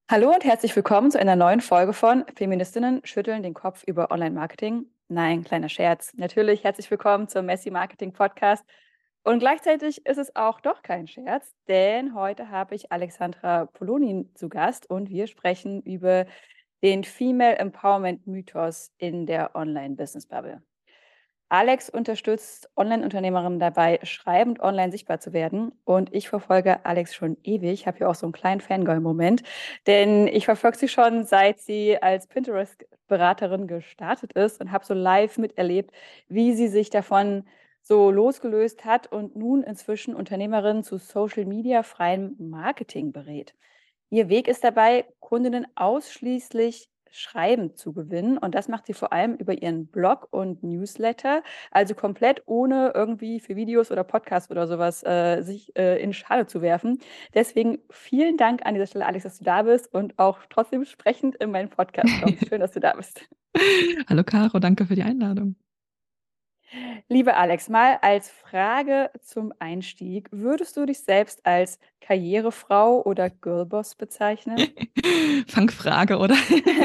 Hallo und herzlich willkommen zu einer neuen Folge von Feministinnen schütteln den Kopf über Online-Marketing. Nein, kleiner Scherz. Natürlich herzlich willkommen zum Messi Marketing Podcast. Und gleichzeitig ist es auch doch kein Scherz, denn heute habe ich Alexandra Polonin zu Gast und wir sprechen über den Female Empowerment Mythos in der Online-Business-Bubble. Alex unterstützt Online-Unternehmerinnen dabei, schreibend online sichtbar zu werden. Und ich verfolge Alex schon ewig. Ich habe hier auch so einen kleinen Fangirl-Moment, denn ich verfolge sie schon, seit sie als Pinterest-Beraterin gestartet ist und habe so live miterlebt, wie sie sich davon so losgelöst hat und nun inzwischen Unternehmerin zu Social-Media-freiem Marketing berät. Ihr Weg ist dabei, Kundinnen ausschließlich schreibend zu gewinnen und das macht sie vor allem über ihren Blog und Newsletter, also komplett ohne irgendwie für Videos oder Podcasts oder sowas sich in Schale zu werfen. Deswegen vielen Dank an dieser Stelle, Alex, dass du da bist und auch trotzdem sprechend in meinen Podcast kommst. Schön, dass du da bist. Hallo Caro, danke für die Einladung. Liebe Alex, mal als Frage zum Einstieg, würdest du dich selbst als Karrierefrau oder Girlboss bezeichnen? Fangfrage, oder?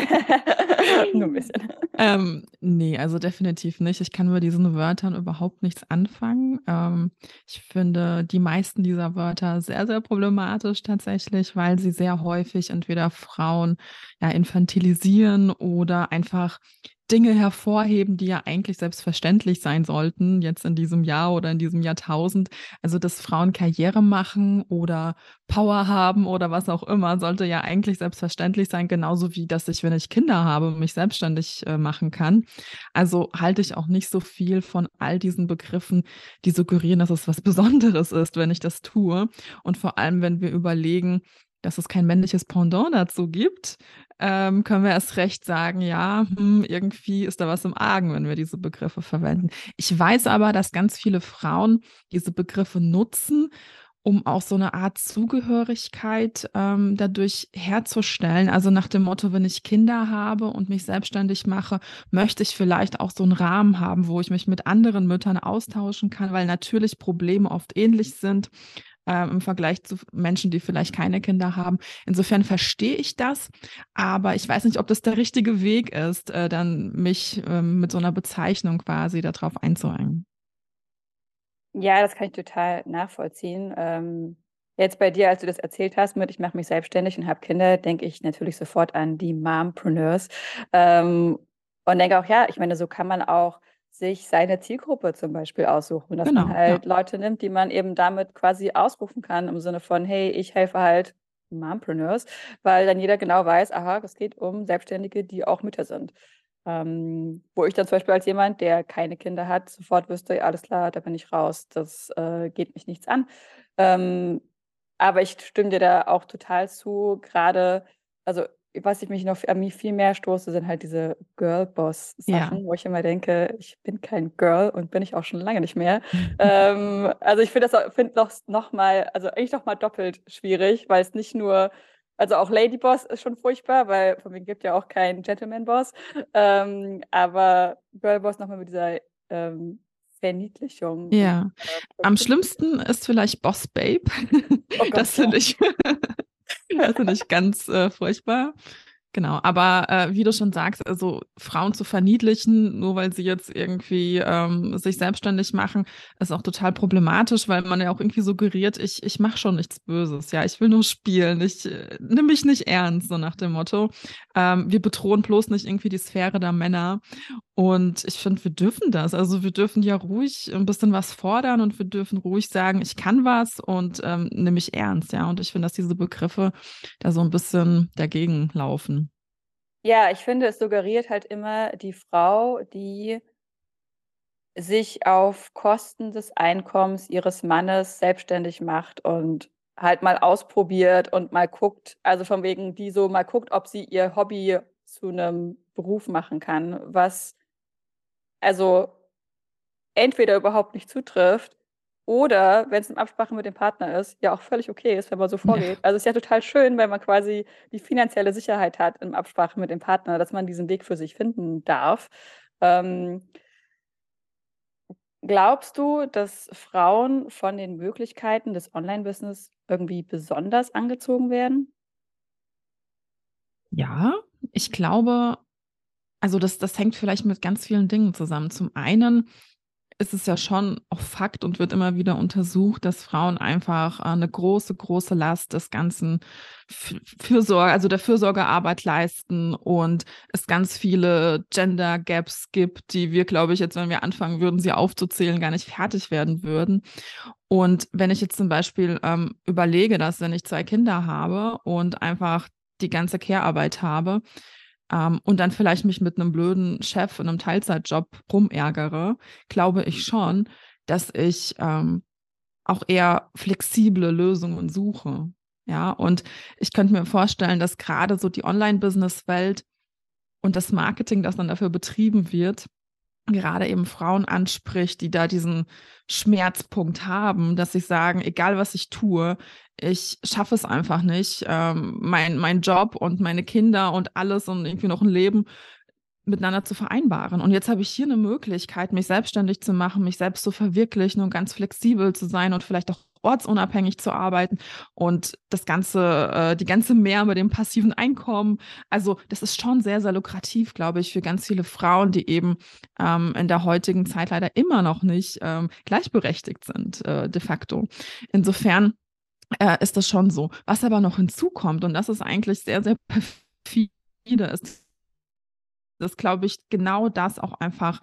Nur ein bisschen. Nee, also definitiv nicht. Ich kann mit diesen Wörtern überhaupt nichts anfangen. Ich finde die meisten dieser Wörter sehr, sehr problematisch tatsächlich, weil sie sehr häufig entweder Frauen ja infantilisieren oder einfach Dinge hervorheben, die ja eigentlich selbstverständlich sein sollten, jetzt in diesem Jahr oder in diesem Jahrtausend. Also, dass Frauen Karriere machen oder Power haben oder was auch immer, sollte ja eigentlich selbstverständlich sein, genauso wie dass ich, wenn ich Kinder habe, mich selbstständig machen kann. Also halte ich auch nicht so viel von all diesen Begriffen, die suggerieren, dass es was Besonderes ist, wenn ich das tue. Und vor allem, wenn wir überlegen, dass es kein männliches Pendant dazu gibt, können wir erst recht sagen, ja, irgendwie ist da was im Argen, wenn wir diese Begriffe verwenden. Ich weiß aber, dass ganz viele Frauen diese Begriffe nutzen, um auch so eine Art Zugehörigkeit dadurch herzustellen. Also nach dem Motto, wenn ich Kinder habe und mich selbstständig mache, möchte ich vielleicht auch so einen Rahmen haben, wo ich mich mit anderen Müttern austauschen kann, weil natürlich Probleme oft ähnlich sind im Vergleich zu Menschen, die vielleicht keine Kinder haben. Insofern verstehe ich das, aber ich weiß nicht, ob das der richtige Weg ist, dann mich mit so einer Bezeichnung quasi darauf einzuhängen. Ja, das kann ich total nachvollziehen. Jetzt bei dir, als du das erzählt hast mit, ich mache mich selbstständig und habe Kinder, denke ich natürlich sofort an die Mompreneurs. Ähm, und denke auch, ja, ich meine, so kann man auch sich seine Zielgruppe zum Beispiel aussuchen, dass man Genau, ja. halt Leute nimmt, die man eben damit quasi ausrufen kann, im Sinne von, hey, ich helfe halt Mompreneurs, weil dann jeder genau weiß, aha, es geht um Selbstständige, die auch Mütter sind. Wo ich dann zum Beispiel als jemand, der keine Kinder hat, sofort wüsste, ja, alles klar, da bin ich raus, das geht mich nichts an. Ähm, aber ich stimme dir da auch total zu, gerade, also was ich mich noch an mich viel mehr stoße, sind halt diese Ja. Girlboss-Sachen, wo ich immer denke, ich bin kein Girl und bin ich auch schon lange nicht mehr. Also ich finde noch mal, also eigentlich noch mal doppelt schwierig, weil es nicht nur, also auch Ladyboss ist schon furchtbar, weil von mir gibt ja auch keinen Gentleman-Boss. Aber Girlboss nochmal mit dieser Verniedlichung Ja, am schlimmsten ist vielleicht Boss Babe. Oh Das Gott, ja. finde ich, das finde ich ganz furchtbar. Genau, aber wie du schon sagst, also Frauen zu verniedlichen, nur weil sie jetzt irgendwie sich selbstständig machen, ist auch total problematisch, weil man ja auch irgendwie suggeriert, ich mache schon nichts Böses, ja, ich will nur spielen, ich nimm mich nicht ernst, so nach dem Motto. Wir bedrohen bloß nicht irgendwie die Sphäre der Männer. Und ich finde, wir dürfen das. Also wir dürfen ja ruhig ein bisschen was fordern und wir dürfen ruhig sagen, ich kann was und nehme mich ernst, ja. Und ich finde, dass diese Begriffe da so ein bisschen dagegen laufen. Ja, ich finde, es suggeriert halt immer die Frau, die sich auf Kosten des Einkommens ihres Mannes selbstständig macht und halt mal ausprobiert und mal guckt, also von wegen, die so mal guckt, ob sie ihr Hobby zu einem Beruf machen kann, was also entweder überhaupt nicht zutrifft oder, wenn es in Absprache mit dem Partner ist, ja auch völlig okay ist, wenn man so vorgeht. Ja. Also es ist ja total schön, wenn man quasi die finanzielle Sicherheit hat in Absprache mit dem Partner, dass man diesen Weg für sich finden darf. Ähm, Glaubst du, dass Frauen von den Möglichkeiten des Online-Business irgendwie besonders angezogen werden? Ja, ich glaube, also das hängt vielleicht mit ganz vielen Dingen zusammen. Zum einen ist es ja schon auch Fakt und wird immer wieder untersucht, dass Frauen einfach eine große, große Last des ganzen Fürsorge, also der Fürsorgearbeit leisten und es ganz viele Gender Gaps gibt, die wir, glaube ich, jetzt, wenn wir anfangen würden, sie aufzuzählen, gar nicht fertig werden würden. Und wenn ich jetzt zum Beispiel überlege, dass wenn ich 2 Kinder habe und einfach die ganze Care-Arbeit habe, und dann vielleicht mich mit einem blöden Chef in einem Teilzeitjob rumärgere, glaube ich schon, dass ich auch eher flexible Lösungen suche. Ja, und ich könnte mir vorstellen, dass gerade so die Online-Business-Welt und das Marketing, das dann dafür betrieben wird, gerade eben Frauen anspricht, die da diesen Schmerzpunkt haben, dass sie sagen, egal was ich tue, ich schaffe es einfach nicht, mein Job und meine Kinder und alles und irgendwie noch ein Leben miteinander zu vereinbaren. Und jetzt habe ich hier eine Möglichkeit, mich selbstständig zu machen, mich selbst zu verwirklichen und ganz flexibel zu sein und vielleicht auch ortsunabhängig zu arbeiten und die ganze mehr mit dem passiven Einkommen. Also das ist schon sehr, sehr lukrativ, glaube ich, für ganz viele Frauen, die eben in der heutigen Zeit leider immer noch nicht gleichberechtigt sind, de facto. Insofern ist das schon so. Was aber noch hinzukommt, und das ist eigentlich sehr, sehr perfide, ist, dass, glaube ich, genau das auch einfach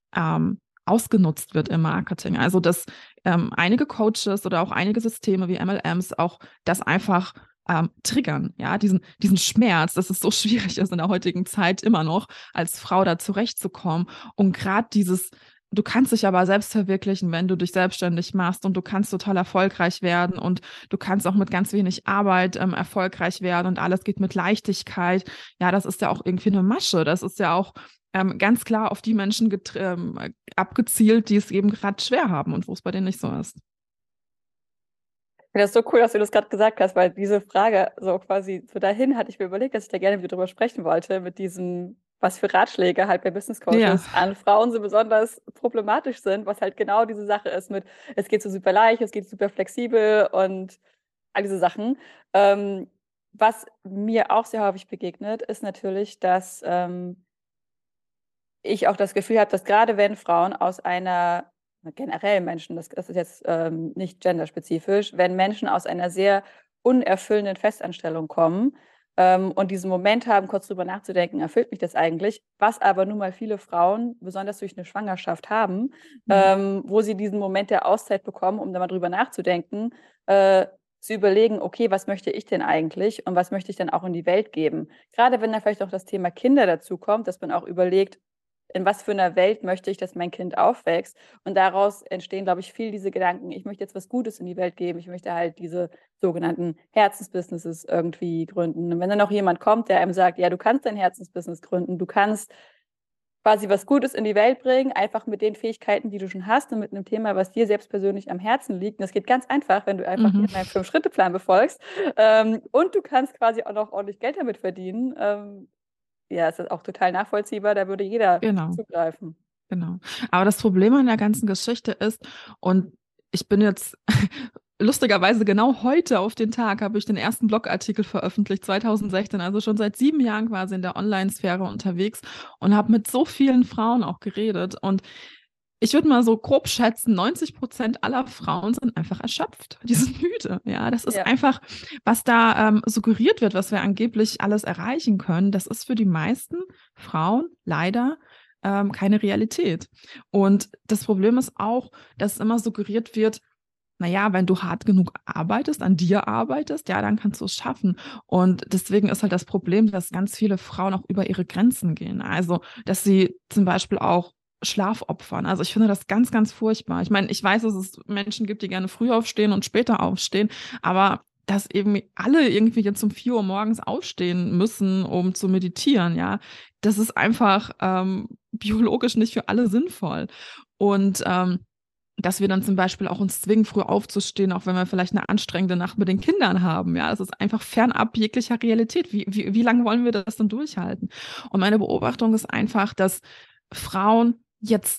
ausgenutzt wird im Marketing. Also, dass einige Coaches oder auch einige Systeme wie MLMs auch das einfach triggern, ja, diesen Schmerz, dass es so schwierig ist in der heutigen Zeit immer noch, als Frau da zurechtzukommen. Und gerade du kannst dich aber selbst verwirklichen, wenn du dich selbstständig machst und du kannst total erfolgreich werden und du kannst auch mit ganz wenig Arbeit erfolgreich werden und alles geht mit Leichtigkeit. Ja, das ist ja auch irgendwie eine Masche. Das ist ja auch ganz klar auf die Menschen abgezielt, die es eben gerade schwer haben und wo es bei denen nicht so ist. Ich finde das so cool, dass du das gerade gesagt hast, weil diese Frage so quasi so dahin hatte ich mir überlegt, dass ich da gerne wieder drüber sprechen wollte, mit diesem, was für Ratschläge halt bei Business Ja, Coaches an Frauen so besonders problematisch sind, was halt genau diese Sache ist mit, es geht so super leicht, es geht super flexibel und all diese Sachen. Was mir auch sehr häufig begegnet, ist natürlich, dass ich auch das Gefühl habe, dass gerade wenn Frauen aus einer, generell Menschen, das ist jetzt nicht genderspezifisch, wenn Menschen aus einer sehr unerfüllenden Festanstellung kommen und diesen Moment haben, kurz drüber nachzudenken, erfüllt mich das eigentlich, was aber nun mal viele Frauen, besonders durch eine Schwangerschaft haben, mhm. wo sie diesen Moment der Auszeit bekommen, um da mal drüber nachzudenken, zu überlegen, okay, was möchte ich denn eigentlich und was möchte ich dann auch in die Welt geben? Gerade wenn da vielleicht auch das Thema Kinder dazu kommt, dass man auch überlegt, in was für einer Welt möchte ich, dass mein Kind aufwächst? Und daraus entstehen, glaube ich, viel diese Gedanken, ich möchte jetzt was Gutes in die Welt geben, ich möchte halt diese sogenannten Herzensbusinesses irgendwie gründen. Und wenn dann noch jemand kommt, der einem sagt, ja, du kannst dein Herzensbusiness gründen, du kannst quasi was Gutes in die Welt bringen, einfach mit den Fähigkeiten, die du schon hast und mit einem Thema, was dir selbst persönlich am Herzen liegt. Und das geht ganz einfach, wenn du einfach Mhm. hier meinen 5-Schritte-Plan befolgst. Und du kannst quasi auch noch ordentlich Geld damit verdienen. Ja, ist das auch total nachvollziehbar, da würde jeder Genau. zugreifen. Genau. Aber das Problem an der ganzen Geschichte ist, und ich bin jetzt lustigerweise genau heute auf den Tag, habe ich den ersten Blogartikel veröffentlicht, 2016, also schon seit 7 Jahren quasi in der Online-Sphäre unterwegs und habe mit so vielen Frauen auch geredet. Und ich würde mal so grob schätzen, 90% aller Frauen sind einfach erschöpft. Die sind müde. Ja, das ist Ja. einfach, was da suggeriert wird, was wir angeblich alles erreichen können. Das ist für die meisten Frauen leider keine Realität. Und das Problem ist auch, dass immer suggeriert wird, naja, wenn du hart genug arbeitest, an dir arbeitest, ja, dann kannst du es schaffen. Und deswegen ist halt das Problem, dass ganz viele Frauen auch über ihre Grenzen gehen. Also, dass sie zum Beispiel auch Schlaf opfern. Also ich finde das ganz, ganz furchtbar. Ich meine, ich weiß, dass es Menschen gibt, die gerne früh aufstehen und später aufstehen, aber dass eben alle irgendwie jetzt um 4 Uhr morgens aufstehen müssen, um zu meditieren, ja, das ist einfach biologisch nicht für alle sinnvoll. Und dass wir dann zum Beispiel auch uns zwingen, früh aufzustehen, auch wenn wir vielleicht eine anstrengende Nacht mit den Kindern haben. Ja, das ist einfach fernab jeglicher Realität. Wie lange wollen wir das denn durchhalten? Und meine Beobachtung ist einfach, dass Frauen jetzt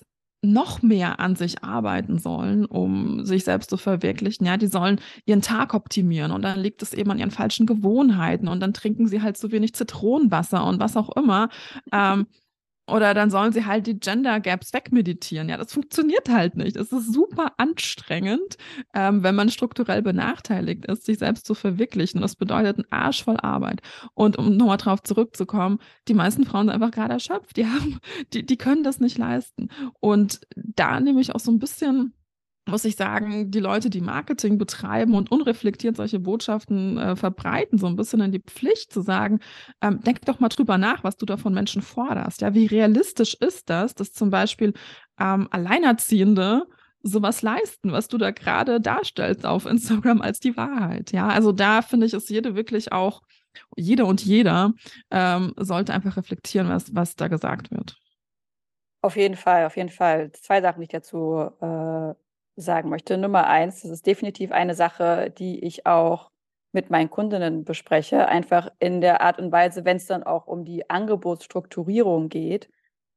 noch mehr an sich arbeiten sollen, um sich selbst zu verwirklichen. Ja, die sollen ihren Tag optimieren und dann liegt es eben an ihren falschen Gewohnheiten und dann trinken sie halt zu wenig Zitronenwasser und was auch immer. Oder dann sollen sie halt die Gender Gaps wegmeditieren. Ja, das funktioniert halt nicht. Es ist super anstrengend, wenn man strukturell benachteiligt ist, sich selbst zu verwirklichen. Das bedeutet einen Arsch voll Arbeit. Und um nochmal drauf zurückzukommen, die meisten Frauen sind einfach gerade erschöpft. Die können das nicht leisten. Und da nehme ich auch so ein bisschen, muss ich sagen, die Leute, die Marketing betreiben und unreflektiert solche Botschaften verbreiten, so ein bisschen in die Pflicht zu sagen, denk doch mal drüber nach, was du da von Menschen forderst. Ja, wie realistisch ist das, dass zum Beispiel Alleinerziehende sowas leisten, was du da gerade darstellst auf Instagram als die Wahrheit. Ja, also da finde ich, ist jede und jeder sollte einfach reflektieren, was da gesagt wird. Auf jeden Fall, auf jeden Fall. 2 Sachen, die ich dazu sagen möchte. Nummer 1, das ist definitiv eine Sache, die ich auch mit meinen Kundinnen bespreche, einfach in der Art und Weise, wenn es dann auch um die Angebotsstrukturierung geht,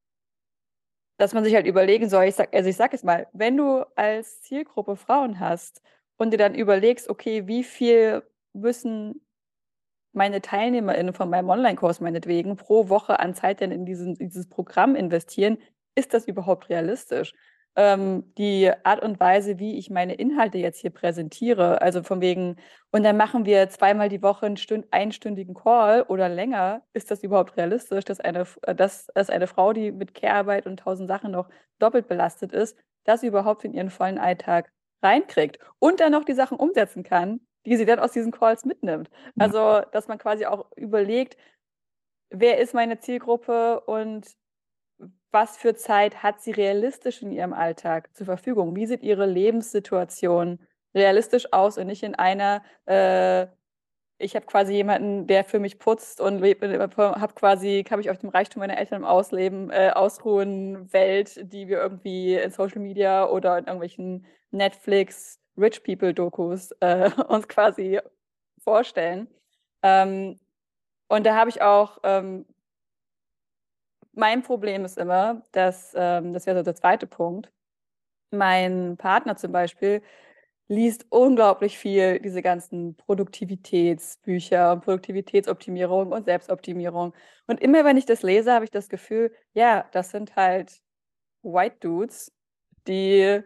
dass man sich halt überlegen soll, ich sage jetzt mal, wenn du als Zielgruppe Frauen hast und dir dann überlegst, okay, wie viel müssen meine TeilnehmerInnen von meinem Online-Kurs meinetwegen pro Woche an Zeit denn in dieses Programm investieren, ist das überhaupt realistisch? Die Art und Weise, wie ich meine Inhalte jetzt hier präsentiere, also von wegen, und dann machen wir 2-mal die Woche einen einstündigen Call oder länger, ist das überhaupt realistisch, dass eine Frau, die mit Care-Arbeit und 1000 Sachen noch doppelt belastet ist, das überhaupt in ihren vollen Alltag reinkriegt und dann noch die Sachen umsetzen kann, die sie dann aus diesen Calls mitnimmt. Ja. Also, dass man quasi auch überlegt, wer ist meine Zielgruppe und was für Zeit hat sie realistisch in ihrem Alltag zur Verfügung? Wie sieht ihre Lebenssituation realistisch aus und nicht in einer, ich habe quasi jemanden, der für mich putzt und kann mich auf dem Reichtum meiner Eltern im Ausruhen Welt, die wir irgendwie in Social Media oder in irgendwelchen Netflix Rich People Dokus uns quasi vorstellen. Und da habe ich auch, mein Problem ist immer, dass, das wäre so der zweite Punkt, mein Partner zum Beispiel liest unglaublich viel diese ganzen Produktivitätsbücher und Produktivitätsoptimierung und Selbstoptimierung. Und immer wenn ich das lese, habe ich das Gefühl, ja, das sind halt White Dudes, die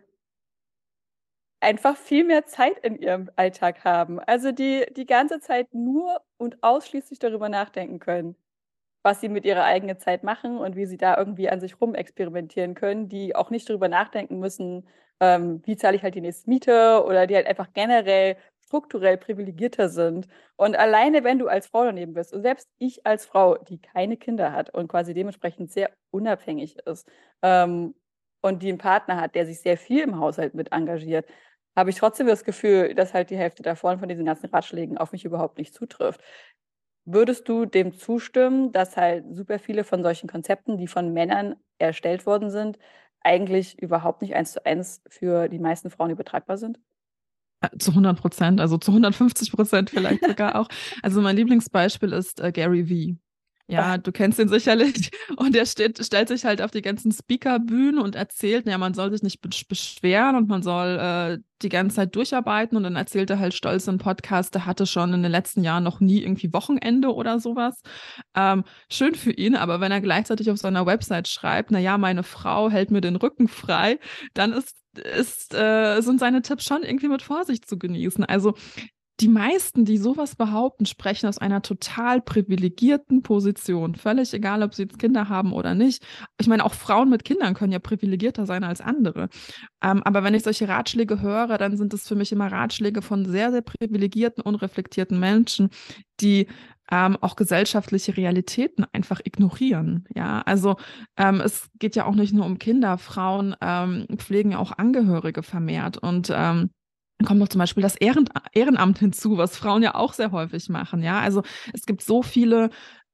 einfach viel mehr Zeit in ihrem Alltag haben. Also die ganze Zeit nur und ausschließlich darüber nachdenken können, was sie mit ihrer eigenen Zeit machen und wie sie da irgendwie an sich rumexperimentieren können, die auch nicht darüber nachdenken müssen, wie zahle ich halt die nächste Miete, oder die halt einfach generell strukturell privilegierter sind. Und alleine, wenn du als Frau daneben bist, und selbst ich als Frau, die keine Kinder hat und quasi dementsprechend sehr unabhängig ist, und die einen Partner hat, der sich sehr viel im Haushalt mit engagiert, habe ich trotzdem das Gefühl, dass halt die Hälfte davon von diesen ganzen Ratschlägen auf mich überhaupt nicht zutrifft. Würdest du dem zustimmen, dass halt super viele von solchen Konzepten, die von Männern erstellt worden sind, eigentlich überhaupt nicht 1:1 für die meisten Frauen übertragbar sind? Zu 100%, also zu 150% vielleicht sogar auch. Also mein Lieblingsbeispiel ist Gary Vee. Ja, du kennst ihn sicherlich. Und er stellt sich halt auf die ganzen Speakerbühnen und erzählt, ja, man soll sich nicht beschweren und man soll die ganze Zeit durcharbeiten. Und dann erzählt er halt stolz im Podcast, er hatte schon in den letzten Jahren noch nie irgendwie Wochenende oder sowas. Schön für ihn, aber wenn er gleichzeitig auf seiner Website schreibt, na ja, meine Frau hält mir den Rücken frei, dann sind seine Tipps schon irgendwie mit Vorsicht zu genießen. Also die meisten, die sowas behaupten, sprechen aus einer total privilegierten Position. Völlig egal, ob sie jetzt Kinder haben oder nicht. Ich meine, auch Frauen mit Kindern können ja privilegierter sein als andere. Aber wenn ich solche Ratschläge höre, dann sind es für mich immer Ratschläge von sehr, sehr privilegierten, unreflektierten Menschen, die auch gesellschaftliche Realitäten einfach ignorieren. Ja, also es geht ja auch nicht nur um Kinder. Frauen pflegen ja auch Angehörige vermehrt und dann kommt noch zum Beispiel das Ehrenamt hinzu, was Frauen ja auch sehr häufig machen. Ja, also es gibt so viele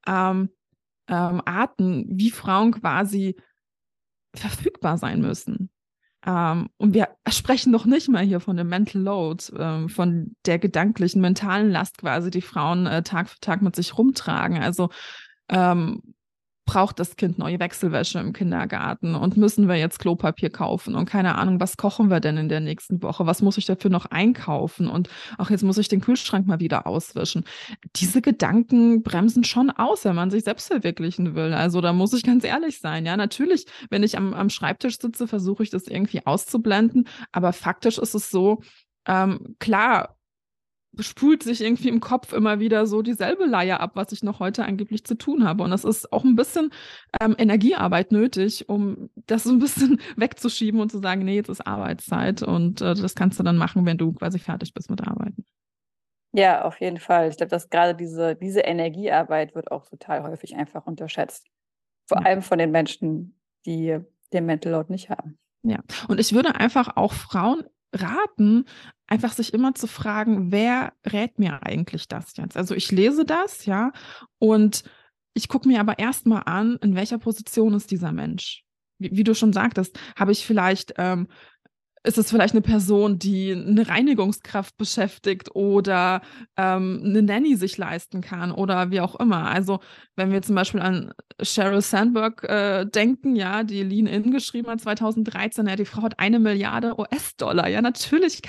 Arten, wie Frauen quasi verfügbar sein müssen. Und wir sprechen noch nicht mal hier von dem Mental Load, von der gedanklichen, mentalen Last quasi, die Frauen Tag für Tag mit sich rumtragen. Also braucht das Kind neue Wechselwäsche im Kindergarten und müssen wir jetzt Klopapier kaufen und keine Ahnung, was kochen wir denn in der nächsten Woche? Was muss ich dafür noch einkaufen? Und auch jetzt muss ich den Kühlschrank mal wieder auswischen. Diese Gedanken bremsen schon aus, wenn man sich selbst verwirklichen will. Also da muss ich ganz ehrlich sein. Ja, natürlich, wenn ich am Schreibtisch sitze, versuche ich das irgendwie auszublenden. Aber faktisch ist es so, klar, spult sich irgendwie im Kopf immer wieder so dieselbe Leier ab, was ich noch heute angeblich zu tun habe. Und das ist auch ein bisschen Energiearbeit nötig, um das so ein bisschen wegzuschieben und zu sagen, nee, jetzt ist Arbeitszeit und das kannst du dann machen, wenn du quasi fertig bist mit Arbeiten. Ja, auf jeden Fall. Ich glaube, dass gerade diese Energiearbeit wird auch total häufig einfach unterschätzt. Vor Ja. allem von den Menschen, die den Mental Load nicht haben. Ja, und ich würde einfach auch Frauen raten, einfach sich immer zu fragen, wer rät mir eigentlich das jetzt? Also ich lese das, ja, und ich gucke mir aber erstmal an, in welcher Position ist dieser Mensch. Wie du schon sagtest, habe ich vielleicht ist es vielleicht eine Person, die eine Reinigungskraft beschäftigt oder eine Nanny sich leisten kann oder wie auch immer. Also wenn wir zum Beispiel an Sheryl Sandberg denken, ja, die Lean In geschrieben hat 2013, ja, die Frau hat 1 Milliarde US-Dollar. Ja, natürlich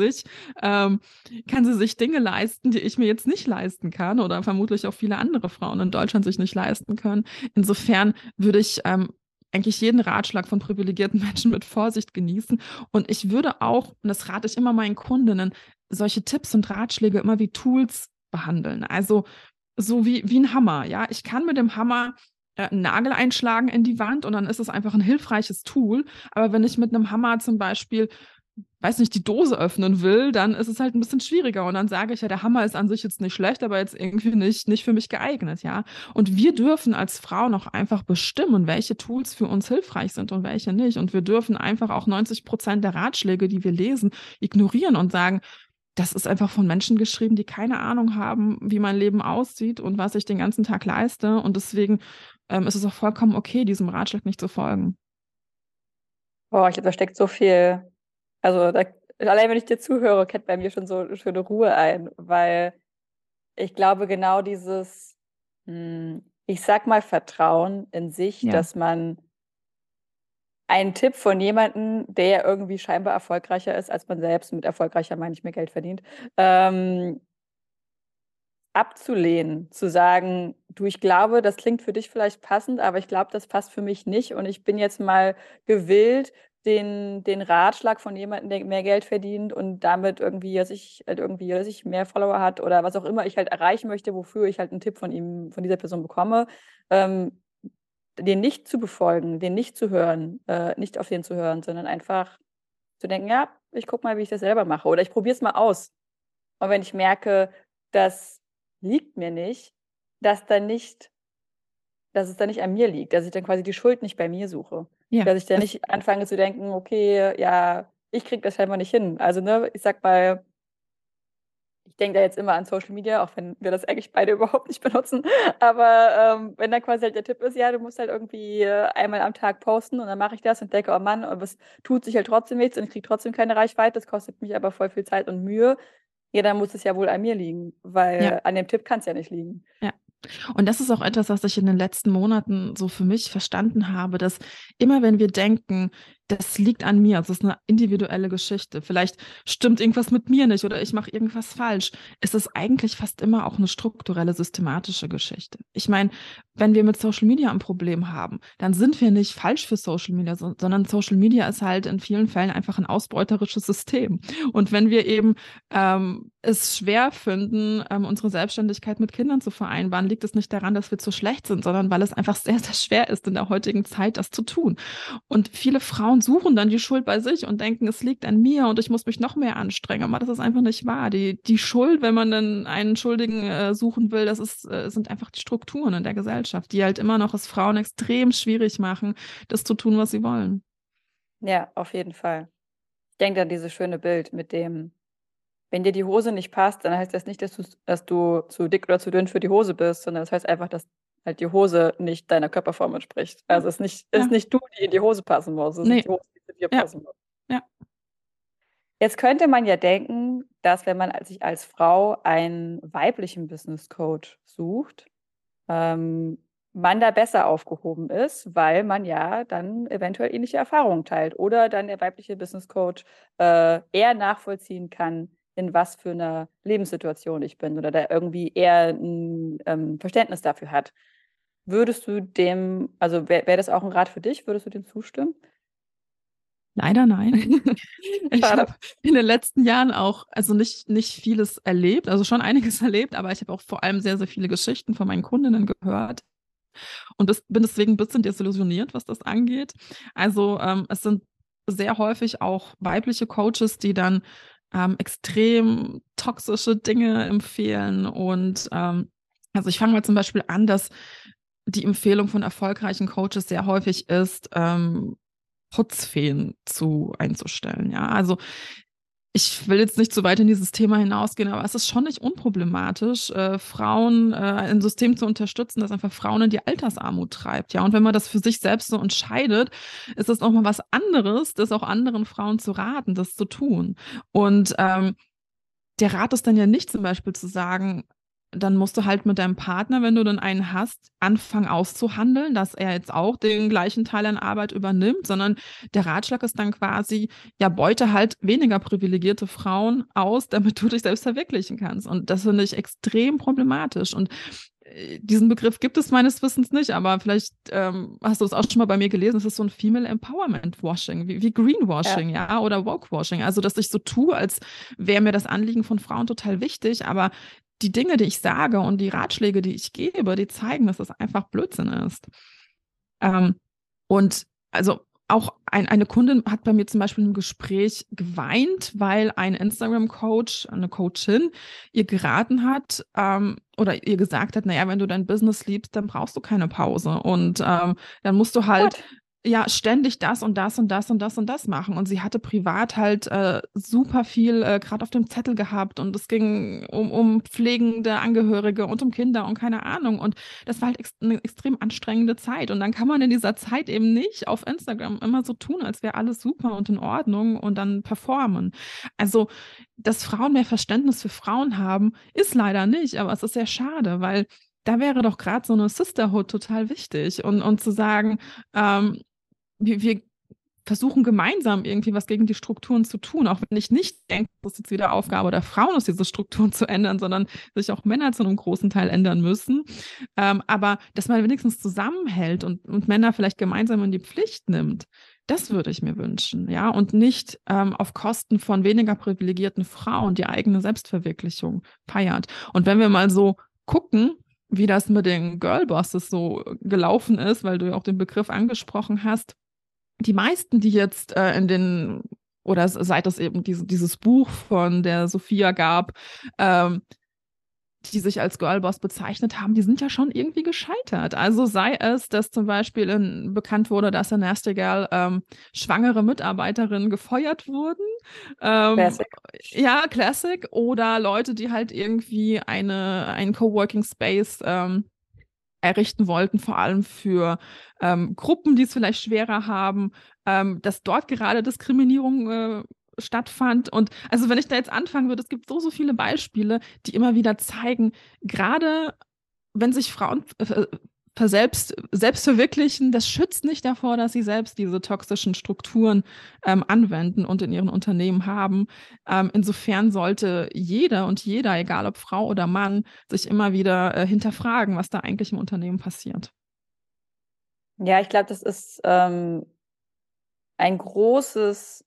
kann sie sich Dinge leisten, die ich mir jetzt nicht leisten kann oder vermutlich auch viele andere Frauen in Deutschland sich nicht leisten können. Insofern würde ich eigentlich jeden Ratschlag von privilegierten Menschen mit Vorsicht genießen. Und ich würde auch, und das rate ich immer meinen Kundinnen, solche Tipps und Ratschläge immer wie Tools behandeln. Also so wie ein Hammer. Ja, ich kann mit dem Hammer einen Nagel einschlagen in die Wand und dann ist es einfach ein hilfreiches Tool. Aber wenn ich mit einem Hammer zum Beispiel, weiß nicht, die Dose öffnen will, dann ist es halt ein bisschen schwieriger. Und dann sage ich ja, der Hammer ist an sich jetzt nicht schlecht, aber jetzt irgendwie nicht für mich geeignet, ja. Und wir dürfen als Frauen auch einfach bestimmen, welche Tools für uns hilfreich sind und welche nicht. Und wir dürfen einfach auch 90% der Ratschläge, die wir lesen, ignorieren und sagen, das ist einfach von Menschen geschrieben, die keine Ahnung haben, wie mein Leben aussieht und was ich den ganzen Tag leiste. Und deswegen ist es auch vollkommen okay, diesem Ratschlag nicht zu folgen. Boah, ich glaube, da steckt so viel. Also allein wenn ich dir zuhöre, kehrt bei mir schon so eine schöne Ruhe ein, weil ich glaube, genau dieses, ich sag mal, Vertrauen in sich, Ja. dass man einen Tipp von jemandem, der irgendwie scheinbar erfolgreicher ist als man selbst, mit erfolgreicher meine ich mehr Geld verdient, ähm, abzulehnen, zu sagen, du, ich glaube, das klingt für dich vielleicht passend, aber ich glaube, das passt für mich nicht und ich bin jetzt mal gewillt, den Ratschlag von jemandem, der mehr Geld verdient und damit irgendwie, dass ich mehr Follower hat oder was auch immer ich halt erreichen möchte, wofür ich halt einen Tipp von ihm, von dieser Person bekomme, ähm, den nicht zu befolgen, den nicht zu hören, nicht auf den zu hören, sondern einfach zu denken, ja, ich gucke mal, wie ich das selber mache oder ich probiere es mal aus. Und wenn ich merke, das liegt mir nicht, dass dann nicht dass es dann nicht an mir liegt, dass ich dann quasi die Schuld nicht bei mir suche. Ja, Dass ich dann nicht anfange zu denken: „Okay, ja, ich kriege das scheinbar nicht hin.“ Also, ne, ich sage mal, ich denke da jetzt immer an Social Media, auch wenn wir das eigentlich beide überhaupt nicht benutzen. Aber, wenn dann quasi halt der Tipp ist: „Ja, du musst halt irgendwie, einmal am Tag posten“ und dann mache ich das und denke: „Oh Mann, aber es tut sich halt trotzdem nichts und ich kriege trotzdem keine Reichweite. Das kostet mich aber voll viel Zeit und Mühe.“ Ja, dann muss es ja wohl an mir liegen, ja, weil an dem Tipp kann's ja nicht liegen. ja. Und das ist auch etwas, was ich in den letzten Monaten so für mich verstanden habe, dass immer wenn wir denken, das liegt an mir, also es ist eine individuelle Geschichte, vielleicht stimmt irgendwas mit mir nicht oder ich mache irgendwas falsch, ist es eigentlich fast immer auch eine strukturelle, systematische Geschichte. Ich meine, wenn wir mit Social Media ein Problem haben, dann sind wir nicht falsch für Social Media, sondern Social Media ist halt in vielen Fällen einfach ein ausbeuterisches System. Und wenn wir eben es schwer finden, unsere Selbstständigkeit mit Kindern zu vereinbaren, liegt es nicht daran, dass wir zu schlecht sind, sondern weil es einfach sehr, sehr schwer ist, in der heutigen Zeit das zu tun. Und viele Frauen suchen dann die Schuld bei sich und denken, es liegt an mir und ich muss mich noch mehr anstrengen. Aber das ist einfach nicht wahr. Die Schuld, wenn man dann einen Schuldigen suchen will, sind einfach die Strukturen in der Gesellschaft, die halt immer noch es Frauen extrem schwierig machen, das zu tun, was sie wollen. Ja, auf jeden Fall. Ich denke an dieses schöne Bild mit dem: Wenn dir die Hose nicht passt, dann heißt das nicht, dass du zu dick oder zu dünn für die Hose bist, sondern das heißt einfach, dass halt die Hose nicht deiner Körperform entspricht. Ja, Also, es ist ja, nicht du, die in die Hose passen muss. Es ist nee, die Hose, die zu dir ja, passen muss. ja, Jetzt könnte man ja denken, dass wenn man sich als Frau einen weiblichen Business Coach sucht, ähm, man da besser aufgehoben ist, weil man ja dann eventuell ähnliche Erfahrungen teilt oder dann der weibliche Business Coach eher nachvollziehen kann, in was für einer Lebenssituation ich bin oder da irgendwie eher ein Verständnis dafür hat. Würdest du dem, also wär das auch ein Rat für dich? Würdest du dem zustimmen? Leider nein. Ich Schade. habe in den letzten Jahren auch, also nicht vieles erlebt, also schon einiges erlebt, aber ich habe auch vor allem sehr, sehr viele Geschichten von meinen Kundinnen gehört und bin deswegen ein bisschen desillusioniert, was das angeht. Also es sind sehr häufig auch weibliche Coaches, die dann extrem toxische Dinge empfehlen und also ich fange mal zum Beispiel an, dass die Empfehlung von erfolgreichen Coaches sehr häufig ist, Putzfeen einzustellen. Ja, also ich will jetzt nicht zu weit in dieses Thema hinausgehen, aber es ist schon nicht unproblematisch, Frauen ein System zu unterstützen, das einfach Frauen in die Altersarmut treibt. Ja, und wenn man das für sich selbst so entscheidet, ist das nochmal was anderes, das auch anderen Frauen zu raten, das zu tun. Und der Rat ist dann ja nicht zum Beispiel zu sagen, dann musst du halt mit deinem Partner, wenn du dann einen hast, anfangen auszuhandeln, dass er jetzt auch den gleichen Teil an Arbeit übernimmt, sondern der Ratschlag ist dann quasi, ja, beute halt weniger privilegierte Frauen aus, damit du dich selbst verwirklichen kannst. Und das finde ich extrem problematisch. Und diesen Begriff gibt es meines Wissens nicht, aber vielleicht hast du es auch schon mal bei mir gelesen, es ist so ein Female Empowerment Washing, wie Ja. Greenwashing, ja, oder Woke Washing. Also, dass ich so tue, als wäre mir das Anliegen von Frauen total wichtig, aber die Dinge, die ich sage und die Ratschläge, die ich gebe, die zeigen, dass das einfach Blödsinn ist. Ähm, und also auch eine Kundin hat bei mir zum Beispiel im Gespräch geweint, weil ein Instagram-Coach, eine Coachin, ihr geraten hat oder ihr gesagt hat, naja, wenn du dein Business liebst, dann brauchst du keine Pause. Und dann musst du halt What? ja ständig das und das und das und das und das machen. Und sie hatte privat halt super viel gerade auf dem Zettel gehabt und es ging um pflegende Angehörige und um Kinder und keine Ahnung. Und das war halt eine extrem anstrengende Zeit. Und dann kann man in dieser Zeit eben nicht auf Instagram immer so tun, als wäre alles super und in Ordnung und dann performen. Also, dass Frauen mehr Verständnis für Frauen haben, ist leider nicht, aber es ist sehr schade, weil da wäre doch gerade so eine Sisterhood total wichtig und zu sagen, ähm, wir versuchen gemeinsam irgendwie was gegen die Strukturen zu tun, auch wenn ich nicht denke, das ist jetzt wieder Aufgabe der Frauen ist, diese Strukturen zu ändern, sondern sich auch Männer zu einem großen Teil ändern müssen. Aber dass man wenigstens zusammenhält und Männer vielleicht gemeinsam in die Pflicht nimmt, das würde ich mir wünschen, ja, und nicht auf Kosten von weniger privilegierten Frauen die eigene Selbstverwirklichung feiert. Und wenn wir mal so gucken, wie das mit den Girlbosses so gelaufen ist, weil du ja auch den Begriff angesprochen hast, die meisten, die jetzt oder seit es eben dieses Buch von der Sophia gab, ähm, die sich als Girlboss bezeichnet haben, die sind ja schon irgendwie gescheitert. Also sei es, dass zum Beispiel bekannt wurde, dass in Nasty Gal schwangere Mitarbeiterinnen gefeuert wurden. Ähm, Classic. ja, Classic. Oder Leute, die halt irgendwie einen Coworking Space errichten wollten, vor allem für Gruppen, die es vielleicht schwerer haben, dass dort gerade Diskriminierung stattfand. Und also wenn ich da jetzt anfangen würde, es gibt so, so viele Beispiele, die immer wieder zeigen, gerade wenn sich Frauen selbst verwirklichen, das schützt nicht davor, dass sie selbst diese toxischen Strukturen anwenden und in ihren Unternehmen haben. Insofern sollte jeder und jeder, egal ob Frau oder Mann, sich immer wieder hinterfragen, was da eigentlich im Unternehmen passiert. Ja, ich glaube, das ist ein großes,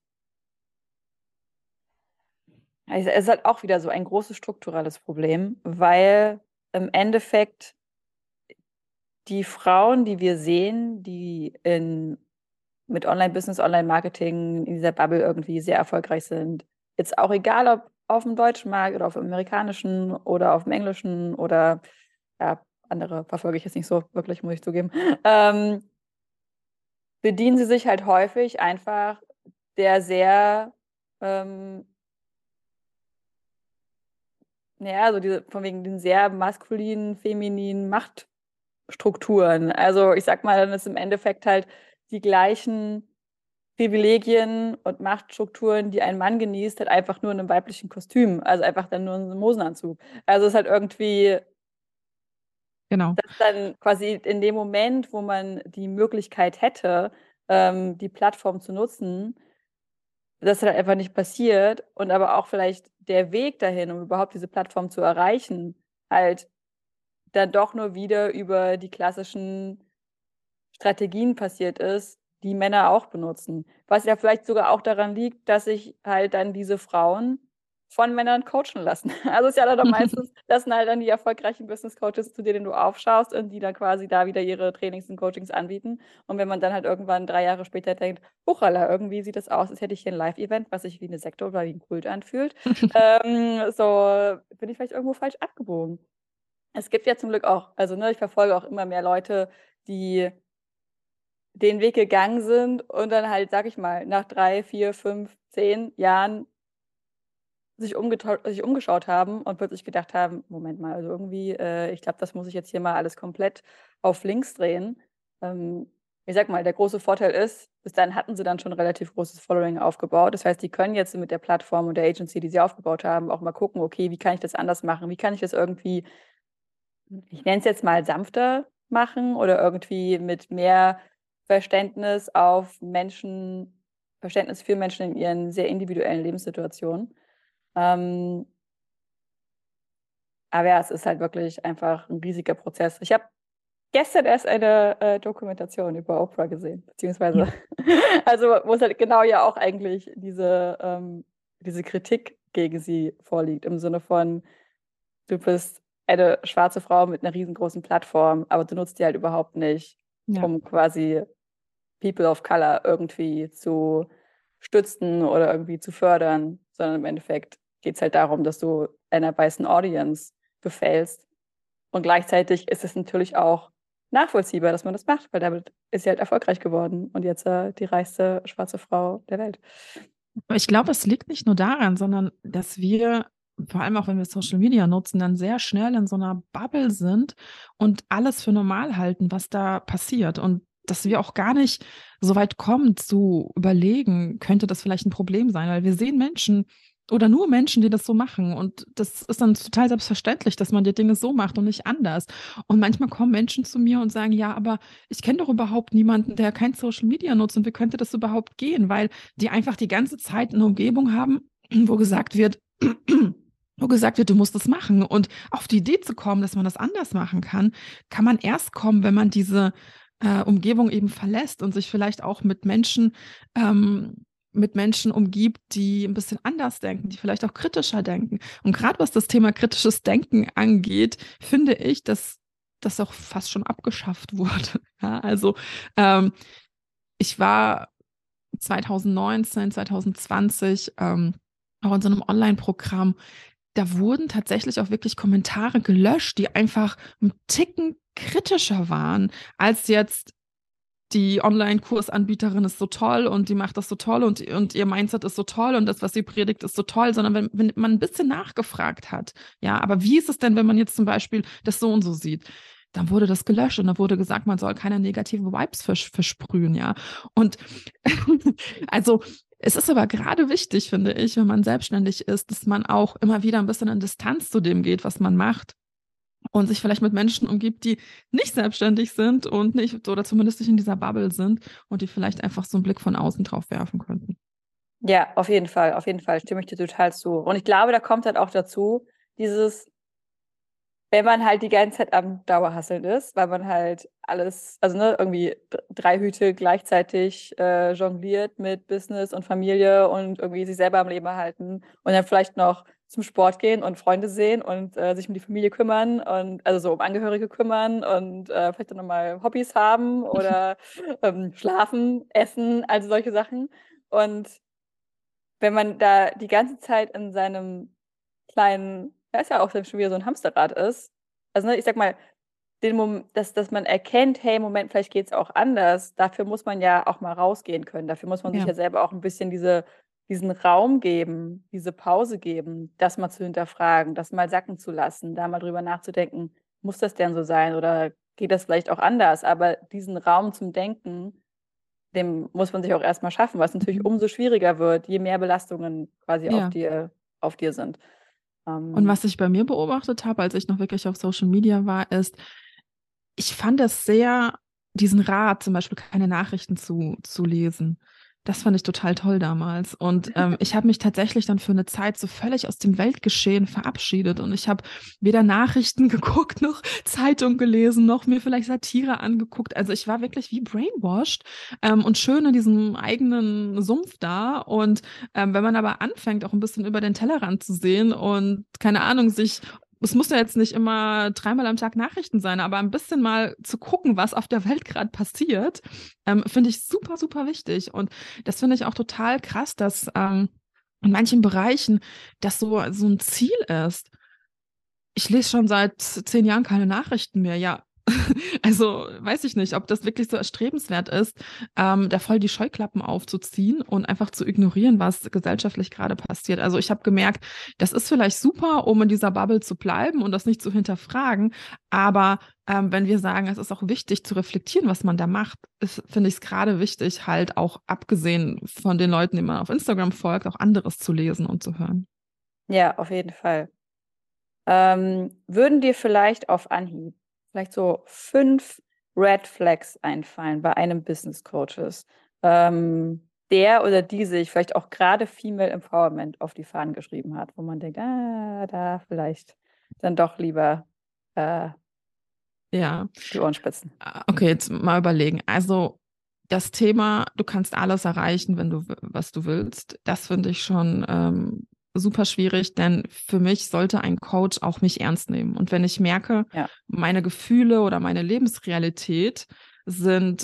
es ist halt auch wieder so ein großes strukturelles Problem, weil im Endeffekt die Frauen, die wir sehen, die mit Online-Business, Online-Marketing in dieser Bubble irgendwie sehr erfolgreich sind, jetzt auch egal, ob auf dem deutschen Markt oder auf dem amerikanischen oder auf dem englischen oder ja, andere verfolge ich jetzt nicht so wirklich, muss ich zugeben, ähm, bedienen sie sich halt häufig einfach der sehr, ähm, ja, also diese, von wegen den sehr maskulinen, femininen Machtstrukturen. Also ich sag mal, dann ist im Endeffekt halt die gleichen Privilegien und Machtstrukturen, die ein Mann genießt, halt einfach nur in einem weiblichen Kostüm. Also einfach dann nur in einem Hosenanzug. Also es ist halt irgendwie Genau. dass dann quasi in dem Moment, wo man die Möglichkeit hätte, die Plattform zu nutzen, das halt einfach nicht passiert und aber auch vielleicht der Weg dahin, um überhaupt diese Plattform zu erreichen, halt dann doch nur wieder über die klassischen Strategien passiert ist, die Männer auch benutzen. Was ja vielleicht sogar auch daran liegt, dass sich halt dann diese Frauen von Männern coachen lassen. Also es ist ja dann meistens, das sind halt dann die erfolgreichen Business Coaches, zu denen du aufschaust und die dann quasi da wieder ihre Trainings und Coachings anbieten. Und wenn man dann halt irgendwann 3 Jahre später denkt, huchala, irgendwie sieht das aus, als hätte ich hier ein Live-Event, was sich wie eine Sekte oder wie ein Kult anfühlt, so bin ich vielleicht irgendwo falsch abgebogen. Es gibt ja zum Glück auch, also ne, ich verfolge auch immer mehr Leute, die den Weg gegangen sind und dann halt, sag ich mal, nach 3, 4, 5, 10 Jahren sich umgeschaut haben und plötzlich gedacht haben: „Moment mal, also irgendwie, ich glaube, das muss ich jetzt hier mal alles komplett auf links drehen.“ Ich sage mal, der große Vorteil ist, bis dahin hatten sie dann schon 'n relativ großes Following aufgebaut. Das heißt, die können jetzt mit der Plattform und der Agency, die sie aufgebaut haben, auch mal gucken: „Okay, wie kann ich das anders machen? Wie kann ich das irgendwie, ich nenne es jetzt mal sanfter machen oder irgendwie mit mehr Verständnis auf Menschen, Verständnis für Menschen in ihren sehr individuellen Lebenssituationen. Ähm, aber ja, es ist halt wirklich einfach ein riesiger Prozess. Ich habe gestern erst eine, Dokumentation über Oprah gesehen, beziehungsweise Ja. also, wo es halt genau ja auch eigentlich diese Kritik gegen sie vorliegt, im Sinne von: „Du bist eine schwarze Frau mit 'ner riesengroßen Plattform, aber du nutzt die halt überhaupt nicht, Ja. um quasi People of Color irgendwie zu stützen oder irgendwie zu fördern, sondern im Endeffekt geht's halt darum, dass du einer weißen Audience befällst. Und gleichzeitig ist es natürlich auch nachvollziehbar, dass man das macht, weil damit ist sie halt erfolgreich geworden und jetzt, die reichste schwarze Frau der Welt. Aber ich glaube, es liegt nicht nur daran, sondern dass wir, vor allem auch wenn wir Social Media nutzen, dann sehr schnell in so einer Bubble sind und alles für normal halten, was da passiert. Und dass wir auch gar nicht so weit kommen zu überlegen, könnte das vielleicht ein Problem sein? Weil wir sehen Menschen oder nur Menschen, die das so machen. Und das ist dann total selbstverständlich, dass man die Dinge so macht und nicht anders. Und manchmal kommen Menschen zu mir und sagen: „Ja, aber ich kenne doch überhaupt niemanden, der kein Social Media nutzt und wie könnte das überhaupt gehen?“ Weil die einfach die ganze Zeit eine Umgebung haben, wo gesagt wird wo gesagt wird, du musst das machen. Und auf die Idee zu kommen, dass man das anders machen kann, kann man erst kommen, wenn man diese, Umgebung eben verlässt und sich vielleicht auch mit Menschen umgibt, die ein bisschen anders denken, die vielleicht auch kritischer denken. Und gerade was das Thema kritisches Denken angeht, finde ich, dass das auch fast schon abgeschafft wurde. Ja, also, ich war 2019, 2020, auch in so einem Online-Programm, da wurden tatsächlich auch wirklich Kommentare gelöscht, die einfach 'n Ticken kritischer waren als jetzt: „Die Online-Kursanbieterin ist so toll und die macht das so toll und ihr Mindset ist so toll und das, was sie predigt, ist so toll“, sondern wenn man 'n bisschen nachgefragt hat: „Ja, aber wie ist es denn, wenn man jetzt zum Beispiel das so und so sieht?“ Dann wurde das gelöscht und dann wurde gesagt, man soll keine negative Vibes versprühen, ja. Und also, es ist aber gerade wichtig, finde ich, wenn man selbstständig ist, dass man auch immer wieder ein bisschen in Distanz zu dem geht, was man macht und sich vielleicht mit Menschen umgibt, die nicht selbstständig sind und nicht oder zumindest nicht in dieser Bubble sind und die vielleicht einfach so einen Blick von außen drauf werfen könnten. Ja, auf jeden Fall, stimme ich dir total zu. Und ich glaube, da kommt halt auch dazu, dieses, wenn man halt die ganze Zeit am Dauerhasseln ist, weil man halt alles, also, ne, irgendwie 3 Hüte gleichzeitig, jongliert mit Business und Familie und irgendwie sich selber am Leben erhalten und dann vielleicht noch zum Sport gehen und Freunde sehen und, sich um die Familie kümmern und also, so um Angehörige kümmern und, vielleicht dann noch mal Hobbys haben oder, schlafen, essen, also solche Sachen. Und wenn man da die ganze Zeit in seinem kleinen, ja, ist ja auch dann schon wieder so 'n Hamsterrad ist. Also, ne, ich sage mal, den dass man erkennt: „Hey, Moment, vielleicht geht's auch anders.“ Dafür muss man ja auch mal rausgehen können. Dafür muss man sich Ja. ja selber auch 'n bisschen diesen Raum geben, diese Pause geben, das mal zu hinterfragen, das mal sacken zu lassen, da mal drüber nachzudenken: „Muss das denn so sein oder geht das vielleicht auch anders?“ Aber diesen Raum zum Denken, den muss man sich auch erst mal schaffen, was natürlich Mhm. umso schwieriger wird, je mehr Belastungen quasi Ja. auf dir sind. Und Ähm, was ich bei mir beobachtet habe, als ich noch wirklich auf Social Media war, ist, ich fand es diesen Rat, zum Beispiel keine Nachrichten zu lesen. Das fand ich total toll damals. Und ich habe mich tatsächlich dann für eine Zeit so völlig aus dem Weltgeschehen verabschiedet. Und ich habe weder Nachrichten geguckt, noch Zeitung gelesen, noch mir vielleicht Satire angeguckt. Also ich war wirklich wie brainwashed und schön in diesem eigenen Sumpf da. Und wenn man aber anfängt, auch ein bisschen über den Tellerrand zu sehen und keine Ahnung, es muss ja jetzt nicht immer 3-mal am Tag Nachrichten sein, aber ein bisschen mal zu gucken, was auf der Welt gerade passiert, finde ich super, super wichtig. Und das finde ich auch total krass, dass in manchen Bereichen das so ein Ziel ist. Ich lese schon seit 10 Jahren keine Nachrichten mehr. Ja, also weiß ich nicht, ob das wirklich so erstrebenswert ist, da voll die Scheuklappen aufzuziehen und einfach zu ignorieren, was gesellschaftlich gerade passiert. Also ich habe gemerkt, das ist vielleicht super, um in dieser Bubble zu bleiben und das nicht zu hinterfragen. Aber wenn wir sagen, es ist auch wichtig zu reflektieren, was man da macht, finde ich es gerade wichtig, halt auch abgesehen von den Leuten, die man auf Instagram folgt, auch anderes zu lesen und zu hören. Ja, auf jeden Fall. Würden dir vielleicht auf Anhieb vielleicht so 5 Red Flags einfallen bei einem Business Coaches, der oder die sich vielleicht auch gerade Female Empowerment auf die Fahnen geschrieben hat, wo man denkt, da vielleicht dann doch lieber Ja, die Ohren spitzen. okay, jetzt mal überlegen. Also das Thema, du kannst alles erreichen, was du willst, das finde ich schon super schwierig, denn für mich sollte ein Coach auch mich ernst nehmen. Und wenn ich merke, Ja, meine Gefühle oder meine Lebensrealität sind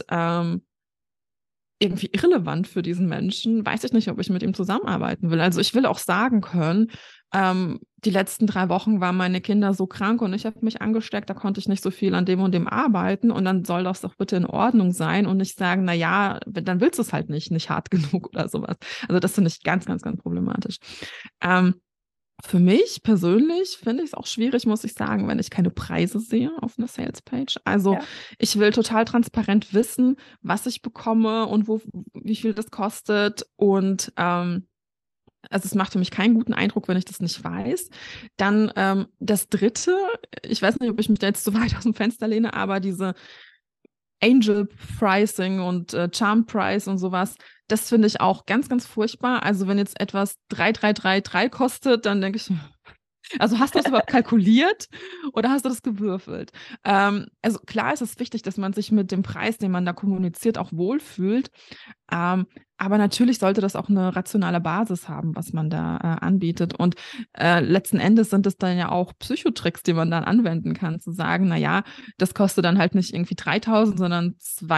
irgendwie irrelevant für diesen Menschen, weiß ich nicht, ob ich mit ihm zusammenarbeiten will. Also ich will auch sagen können, die letzten 3 Wochen waren meine Kinder so krank und ich habe mich angesteckt, da konnte ich nicht so viel an dem und dem arbeiten und dann soll das doch bitte in Ordnung sein und nicht sagen, na ja, dann willst du es halt nicht hart genug oder sowas. Also das finde ich ganz, ganz, ganz problematisch. Ähm, für mich persönlich finde ich es auch schwierig, muss ich sagen, wenn ich keine Preise sehe auf einer Salespage. Also ja, ich will total transparent wissen, was ich bekomme und wie viel das kostet. Und also es macht für mich keinen guten Eindruck, wenn ich das nicht weiß. Dann das Dritte, ich weiß nicht, ob ich mich da jetzt zu weit aus dem Fenster lehne, aber diese Angel Pricing und Charm Price und sowas, das finde ich auch ganz, ganz furchtbar. Also wenn jetzt etwas 3,333 kostet, dann denke ich, also hast du das überhaupt kalkuliert oder hast du das gewürfelt? Also klar ist es wichtig, dass man sich mit dem Preis, den man da kommuniziert, auch wohlfühlt. Aber natürlich sollte das auch eine rationale Basis haben, was man da anbietet. Und letzten Endes sind es dann ja auch Psychotricks, die man dann anwenden kann, zu sagen, naja, das kostet dann halt nicht irgendwie 3.000, sondern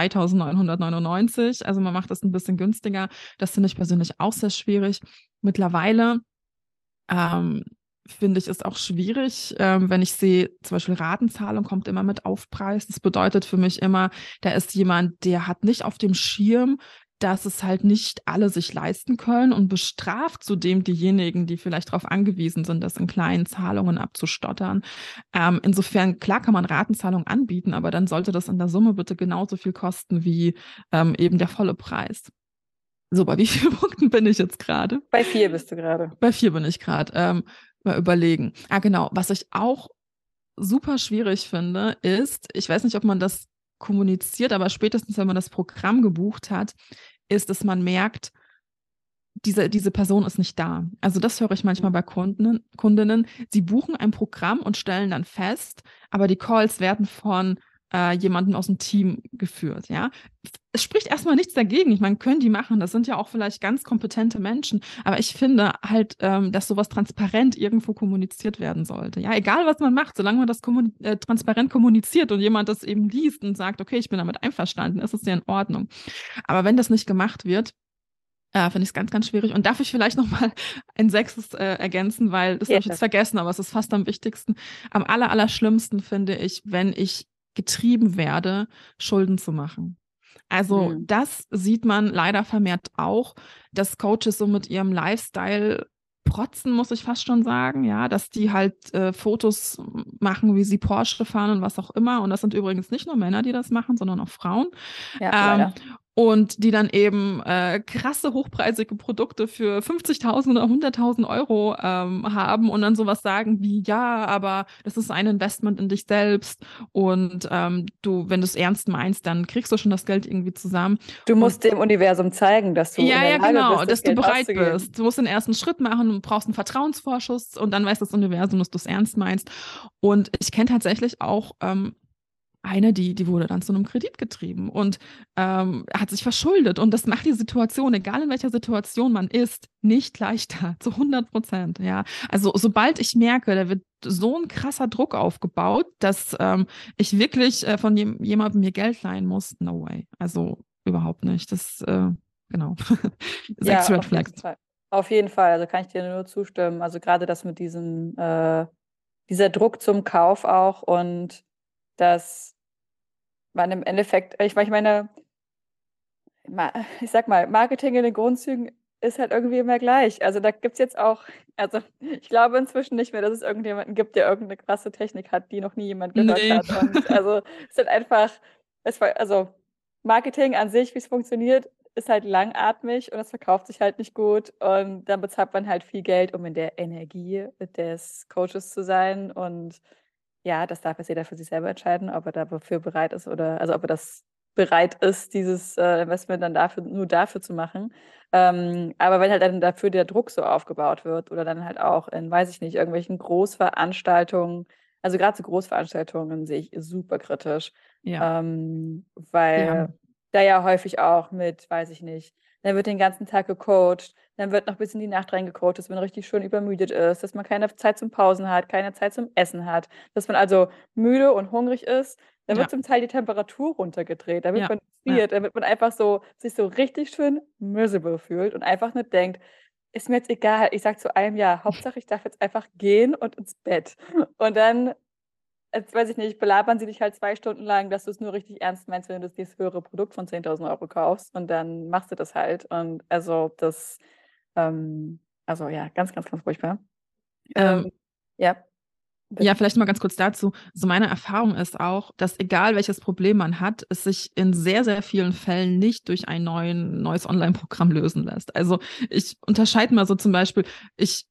2.999. Also man macht das ein bisschen günstiger. Das finde ich persönlich auch sehr schwierig. Mittlerweile ähm, finde ich es auch schwierig, wenn ich sehe, zum Beispiel Ratenzahlung kommt immer mit Aufpreis. Das bedeutet für mich immer, da ist jemand, der hat nicht auf dem Schirm, dass es halt nicht alle sich leisten können und bestraft zudem diejenigen, die vielleicht darauf angewiesen sind, das in kleinen Zahlungen abzustottern. Insofern, klar kann man Ratenzahlung anbieten, aber dann sollte das in der Summe bitte genauso viel kosten wie eben der volle Preis. So, bei wie vielen Punkten bin ich jetzt gerade? bei 4 bist du gerade. Bei 4 bin ich gerade. Mal überlegen. Ah, genau. Was ich auch super schwierig finde, ist, ich weiß nicht, ob man das kommuniziert, aber spätestens, wenn man das Programm gebucht hat, ist, dass man merkt, diese Person ist nicht da. Also das höre ich manchmal bei Kundinnen. Sie buchen ein Programm und stellen dann fest, aber die Calls werden von jemandem aus dem Team geführt, ja. Es spricht erstmal nichts dagegen. Ich meine, können die machen. Das sind ja auch vielleicht ganz kompetente Menschen. Aber ich finde halt, dass sowas transparent irgendwo kommuniziert werden sollte. Ja, egal was man macht, solange man das transparent kommuniziert und jemand das eben liest und sagt, okay, ich bin damit einverstanden, ist es ja in Ordnung. Aber wenn das nicht gemacht wird, finde ich es ganz, ganz schwierig. Und darf ich vielleicht noch mal ein 6. Ergänzen, weil das habe ich jetzt Ja. vergessen, aber es ist fast am wichtigsten. Am allerschlimmsten finde ich, wenn ich getrieben werde, Schulden zu machen. Also Mhm. das sieht man leider vermehrt auch, dass Coaches so mit ihrem Lifestyle protzen, muss ich fast schon sagen, ja, dass die halt Fotos machen, wie sie Porsche fahren und was auch immer. Und das sind übrigens nicht nur Männer, die das machen, sondern auch Frauen. Ja, Ähm, leider. und die dann eben krasse, hochpreisige Produkte für 50.000 oder 100.000 Euro haben und dann sowas sagen wie, ja, aber das ist ein Investment in dich selbst und wenn du es ernst meinst, dann kriegst du schon das Geld irgendwie zusammen. Du Und musst dem Universum zeigen, dass du in ja, der ja, Lage genau, bist, das dass du Geld bereit auszugeben. bist. Du musst den ersten Schritt machen, du brauchst einen Vertrauensvorschuss und dann weiß das Universum, dass du es ernst meinst. Und ich kenne tatsächlich auch eine, die wurde dann zu einem Kredit getrieben und hat sich verschuldet. Und das macht die Situation, egal in welcher Situation man ist, nicht leichter, zu 100%. Ja. Also sobald ich merke, da wird so ein krasser Druck aufgebaut, dass ich wirklich von jemandem mir Geld leihen muss, no way. Also überhaupt nicht. Das, genau. Sechs Ja, Red auf jeden Flags. Fall. Auf jeden Fall. Also kann ich dir nur zustimmen. Also gerade das mit dieser Druck zum Kauf auch und dass man im Endeffekt, ich meine, ich sag mal, Marketing in den Grundzügen ist halt irgendwie immer gleich. Also da gibt es jetzt auch, also ich glaube inzwischen nicht mehr, dass es irgendjemanden gibt, der irgendeine krasse Technik hat, die noch nie jemand gehört Nee. hat. Und also es ist halt einfach, also Marketing an sich, wie es funktioniert, ist halt langatmig und es verkauft sich halt nicht gut. Und dann bezahlt man halt viel Geld, um in der Energie des Coaches zu sein. Und ja, das darf jetzt jeder für sich selber entscheiden, ob er dafür bereit ist oder, also ob er das bereit ist, dieses Investment dann nur dafür zu machen. Aber wenn halt dann dafür der Druck so aufgebaut wird oder dann halt auch in, weiß ich nicht, irgendwelchen Großveranstaltungen, also gerade so Großveranstaltungen sehe ich super kritisch, Ja, ja, weil da ja häufig auch mit, weiß ich nicht, dann wird den ganzen Tag gecoacht, dann wird noch bis in die Nacht reingecoacht, dass man richtig schön übermüdet ist, dass man keine Zeit zum Pausen hat, keine Zeit zum Essen hat, dass man also müde und hungrig ist. Da wird ja, zum Teil die Temperatur runtergedreht, damit ja, man ja. friert, damit man einfach so sich so richtig schön miserable fühlt und einfach nicht denkt, ist mir jetzt egal, ich sag zu einem ja, Hauptsache ich darf jetzt einfach gehen und ins Bett. Und dann, jetzt weiß ich nicht, belabern sie dich halt 2 Stunden lang, dass du es nur richtig ernst meinst, wenn du das höhere Produkt von 10.000 Euro kaufst und dann machst du das halt. Und also also ja, ganz, ganz, ganz furchtbar. Ähm, Ähm, ja, Ja, bitte. vielleicht mal ganz kurz dazu. So meine Erfahrung ist auch, dass egal welches Problem man hat, es sich in sehr, sehr vielen Fällen nicht durch ein neues Online-Programm lösen lässt. Also ich unterscheide mal so zum Beispiel, ich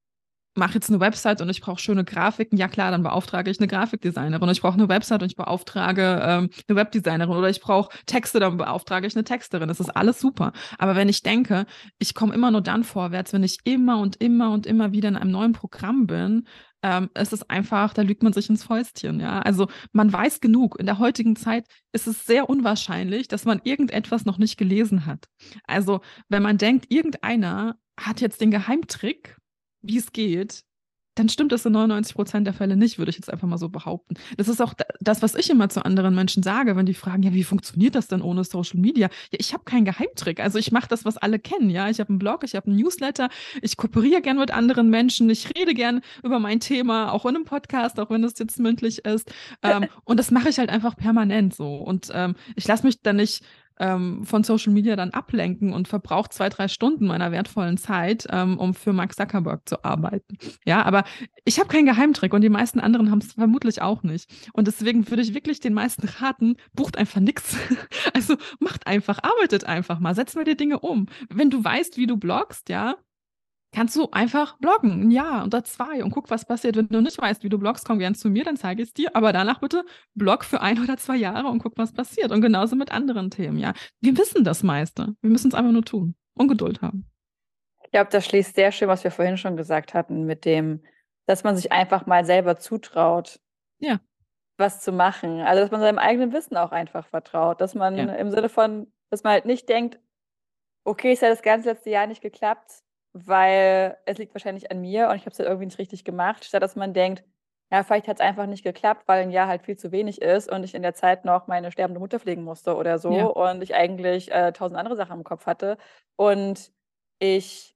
mache jetzt eine Website und ich brauche schöne Grafiken. Ja klar, dann beauftrage ich eine Grafikdesignerin. Ich brauche eine Website und ich beauftrage eine Webdesignerin. Oder ich brauche Texte, dann beauftrage ich eine Texterin. Das ist alles super. Aber wenn ich denke, ich komme immer nur dann vorwärts, wenn ich immer und immer und immer wieder in einem neuen Programm bin, es ist einfach, da lügt man sich ins Fäustchen, ja. Also man weiß genug. In der heutigen Zeit ist es sehr unwahrscheinlich, dass man irgendetwas noch nicht gelesen hat. Also wenn man denkt, irgendeiner hat jetzt den Geheimtrick, wie es geht, dann stimmt das in 99% der Fälle nicht, würde ich jetzt einfach mal so behaupten. Das ist auch das, was ich immer zu anderen Menschen sage, wenn die fragen, ja, wie funktioniert das denn ohne Social Media? Ja, ich habe keinen Geheimtrick. Also ich mache das, was alle kennen. Ja, ich habe einen Blog, ich habe einen Newsletter, ich kooperiere gern mit anderen Menschen, ich rede gern über mein Thema, auch in einem Podcast, auch wenn es jetzt mündlich ist. Und das mache ich halt einfach permanent so. Und ich lasse mich dann nicht von Social Media dann ablenken und verbrauche 2, 3 Stunden meiner wertvollen Zeit, um für Mark Zuckerberg zu arbeiten. Ja, aber ich habe keinen Geheimtrick und die meisten anderen haben es vermutlich auch nicht. Und deswegen würde ich wirklich den meisten raten, bucht einfach nichts. Also macht einfach, arbeitet einfach mal, setzt mal die Dinge um. Wenn du weißt, wie du bloggst, ja, kannst du einfach bloggen, ein Jahr oder 2 und guck, was passiert. Wenn du nicht weißt, wie du bloggst, komm gern zu mir, dann zeige ich es dir. Aber danach bitte blog für 1 oder 2 Jahre und guck, was passiert. Und genauso mit anderen Themen, ja. Wir wissen das meiste. Wir müssen es einfach nur tun und Geduld haben. Ich glaube, das schließt sehr schön, was wir vorhin schon gesagt hatten, mit dem, dass man sich einfach mal selber zutraut, Ja, was zu machen. Also, dass man seinem eigenen Wissen auch einfach vertraut. Dass man ja, im Sinne von, dass man halt nicht denkt, okay, es hat das ganze letzte Jahr nicht geklappt, weil es liegt wahrscheinlich an mir und ich habe es halt irgendwie nicht richtig gemacht, statt dass man denkt, ja, vielleicht hat es einfach nicht geklappt, weil ein Jahr halt viel zu wenig ist und ich in der Zeit noch meine sterbende Mutter pflegen musste oder ja, so und ich eigentlich 1000 andere Sachen im Kopf hatte. Und ich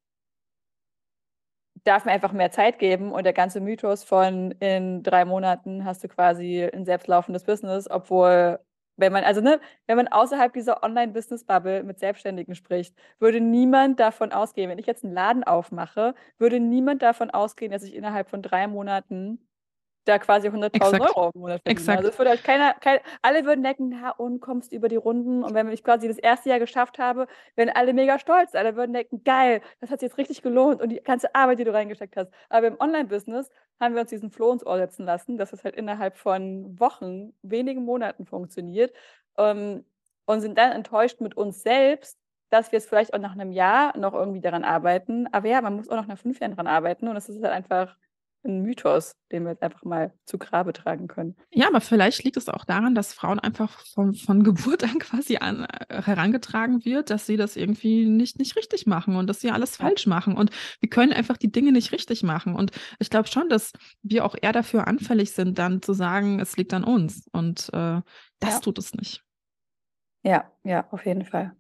darf mir einfach mehr Zeit geben und der ganze Mythos von in 3 Monaten hast du quasi ein selbstlaufendes Business, obwohl, wenn man, also ne, wenn man außerhalb dieser Online-Business-Bubble mit Selbstständigen spricht, würde niemand davon ausgehen, wenn ich jetzt einen Laden aufmache, würde niemand davon ausgehen, dass ich innerhalb von 3 Monaten da quasi 100.000 Exakt. Euro im Monat verdienen. Also Exakt. es würde halt alle würden denken, na und kommst über die Runden. Und wenn ich quasi das erste Jahr geschafft habe, werden alle mega stolz. Alle würden denken, geil, das hat sich jetzt richtig gelohnt und die ganze Arbeit, die du reingesteckt hast. Aber im Online-Business haben wir uns diesen Floh ins Ohr setzen lassen, dass es halt innerhalb von Wochen, wenigen Monaten funktioniert, und sind dann enttäuscht mit uns selbst, dass wir es vielleicht auch nach einem Jahr noch irgendwie daran arbeiten. Aber ja, man muss auch noch nach 5 Jahren daran arbeiten und es ist halt einfach ein Mythos, den wir jetzt einfach mal zu Grabe tragen können. Ja, aber vielleicht liegt es auch daran, dass Frauen einfach von Geburt an quasi herangetragen wird, dass sie das irgendwie nicht richtig machen und dass sie alles Ja, falsch machen. Und wir können einfach die Dinge nicht richtig machen. Und ich glaube schon, dass wir auch eher dafür anfällig sind, dann zu sagen, es liegt an uns. Und das ja, tut es nicht. ja, ja, auf jeden Fall.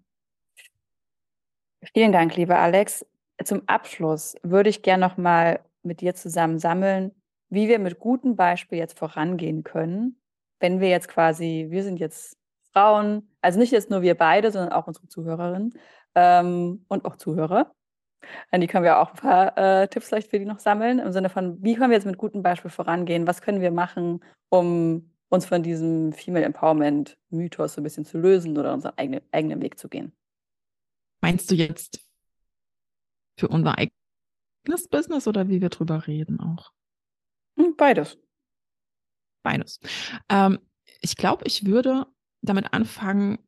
Vielen Dank, lieber Alex. Zum Abschluss würde ich gerne noch mal mit dir zusammen sammeln, wie wir mit gutem Beispiel jetzt vorangehen können, wenn wir jetzt quasi, wir sind jetzt Frauen, also nicht jetzt nur wir beide, sondern auch unsere Zuhörerinnen und auch Zuhörer. An die können wir auch ein paar Tipps vielleicht für die noch sammeln, im Sinne von, wie können wir jetzt mit gutem Beispiel vorangehen? Was können wir machen, um uns von diesem Female Empowerment Mythos so ein bisschen zu lösen oder unseren eigenen Weg zu gehen? Meinst du jetzt für unser eigenes Business oder wie wir drüber reden auch? Beides. Beides. Ich glaube, ich würde damit anfangen,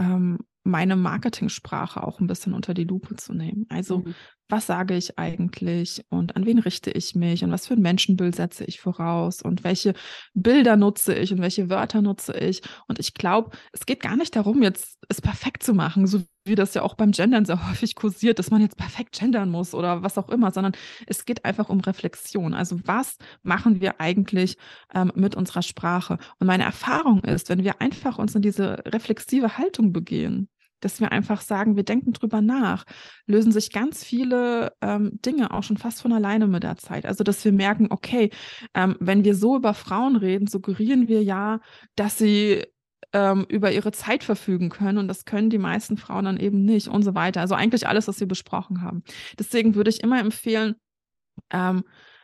meine Marketingsprache auch ein bisschen unter die Lupe zu nehmen. Also, Mhm. was sage ich eigentlich und an wen richte ich mich und was für ein Menschenbild setze ich voraus und welche Bilder nutze ich und welche Wörter nutze ich? Und ich glaube, es geht gar nicht darum, jetzt es perfekt zu machen, so wie das ja auch beim Gendern sehr häufig kursiert, dass man jetzt perfekt gendern muss oder was auch immer, sondern es geht einfach um Reflexion. Also, was machen wir eigentlich mit unserer Sprache? Und meine Erfahrung ist, wenn wir einfach uns in diese reflexive Haltung begehen, dass wir einfach sagen, wir denken drüber nach, lösen sich ganz viele Dinge auch schon fast von alleine mit der Zeit. Also, dass wir merken, okay, wenn wir so über Frauen reden, suggerieren wir ja, dass sie über ihre Zeit verfügen können und das können die meisten Frauen dann eben nicht und so weiter. Also eigentlich alles, was wir besprochen haben. Deswegen würde ich immer empfehlen, ähm,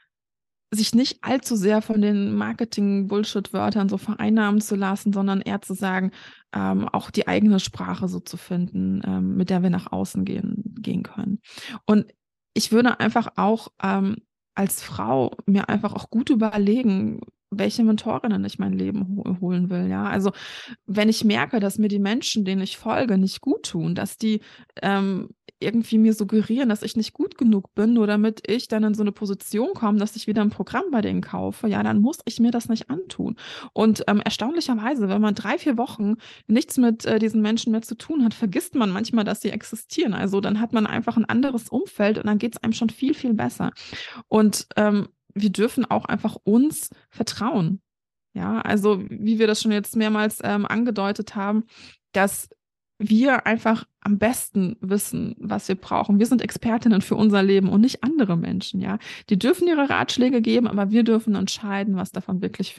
sich nicht allzu sehr von den Marketing-Bullshit-Wörtern so vereinnahmen zu lassen, sondern eher zu sagen, auch die eigene Sprache so zu finden, mit der wir nach außen gehen können. Und ich würde einfach auch als Frau mir einfach auch gut überlegen, welche Mentorinnen ich mein Leben holen will. Ja, also wenn ich merke, dass mir die Menschen, denen ich folge, nicht gut tun, dass die irgendwie mir suggerieren, dass ich nicht gut genug bin, nur damit ich dann in so eine Position komme, dass ich wieder ein Programm bei denen kaufe, ja, dann muss ich mir das nicht antun. Und erstaunlicherweise, wenn man 3, 4 Wochen nichts mit diesen Menschen mehr zu tun hat, vergisst man manchmal, dass sie existieren. Also dann hat man einfach ein anderes Umfeld und dann geht es einem schon viel, viel besser. Und wir dürfen auch einfach uns vertrauen. Ja, also wie wir das schon jetzt mehrmals angedeutet haben, dass wir einfach am besten wissen, was wir brauchen. Wir sind Expertinnen für unser Leben und nicht andere Menschen, ja. Die dürfen ihre Ratschläge geben, aber wir dürfen entscheiden, was davon wirklich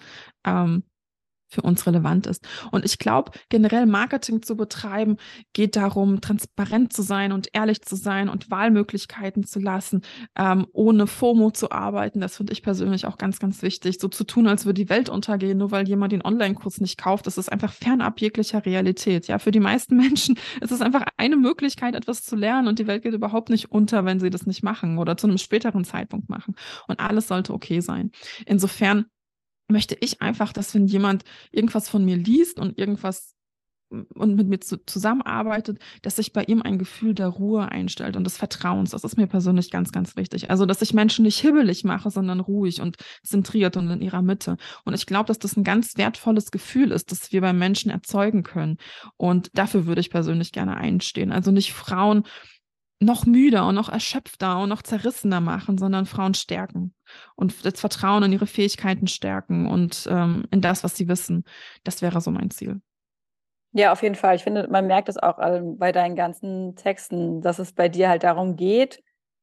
ähm, für uns relevant ist. Und ich glaube, generell Marketing zu betreiben, geht darum, transparent zu sein und ehrlich zu sein und Wahlmöglichkeiten zu lassen, ohne FOMO zu arbeiten. Das finde ich persönlich auch ganz, ganz wichtig. So zu tun, als würde die Welt untergehen, nur weil jemand den Online-Kurs nicht kauft, das ist einfach fernab jeglicher Realität. Ja, für die meisten Menschen ist es einfach eine Möglichkeit, etwas zu lernen und die Welt geht überhaupt nicht unter, wenn sie das nicht machen oder zu einem späteren Zeitpunkt machen. Und alles sollte okay sein. Insofern möchte ich einfach, dass wenn jemand irgendwas von mir liest und irgendwas und mit mir zusammenarbeitet, dass sich bei ihm ein Gefühl der Ruhe einstellt und des Vertrauens. Das ist mir persönlich ganz, ganz wichtig. Also, dass ich Menschen nicht hibbelig mache, sondern ruhig und zentriert und in ihrer Mitte. Und ich glaube, dass das ein ganz wertvolles Gefühl ist, das wir beim Menschen erzeugen können. Und dafür würde ich persönlich gerne einstehen. Also nicht Frauen noch müder und noch erschöpfter und noch zerrissener machen, sondern Frauen stärken und das Vertrauen in ihre Fähigkeiten stärken und in das, was sie wissen. Das wäre so mein Ziel. Ja, auf jeden Fall. Ich finde, man merkt es auch bei deinen ganzen Texten, dass es bei dir halt darum geht,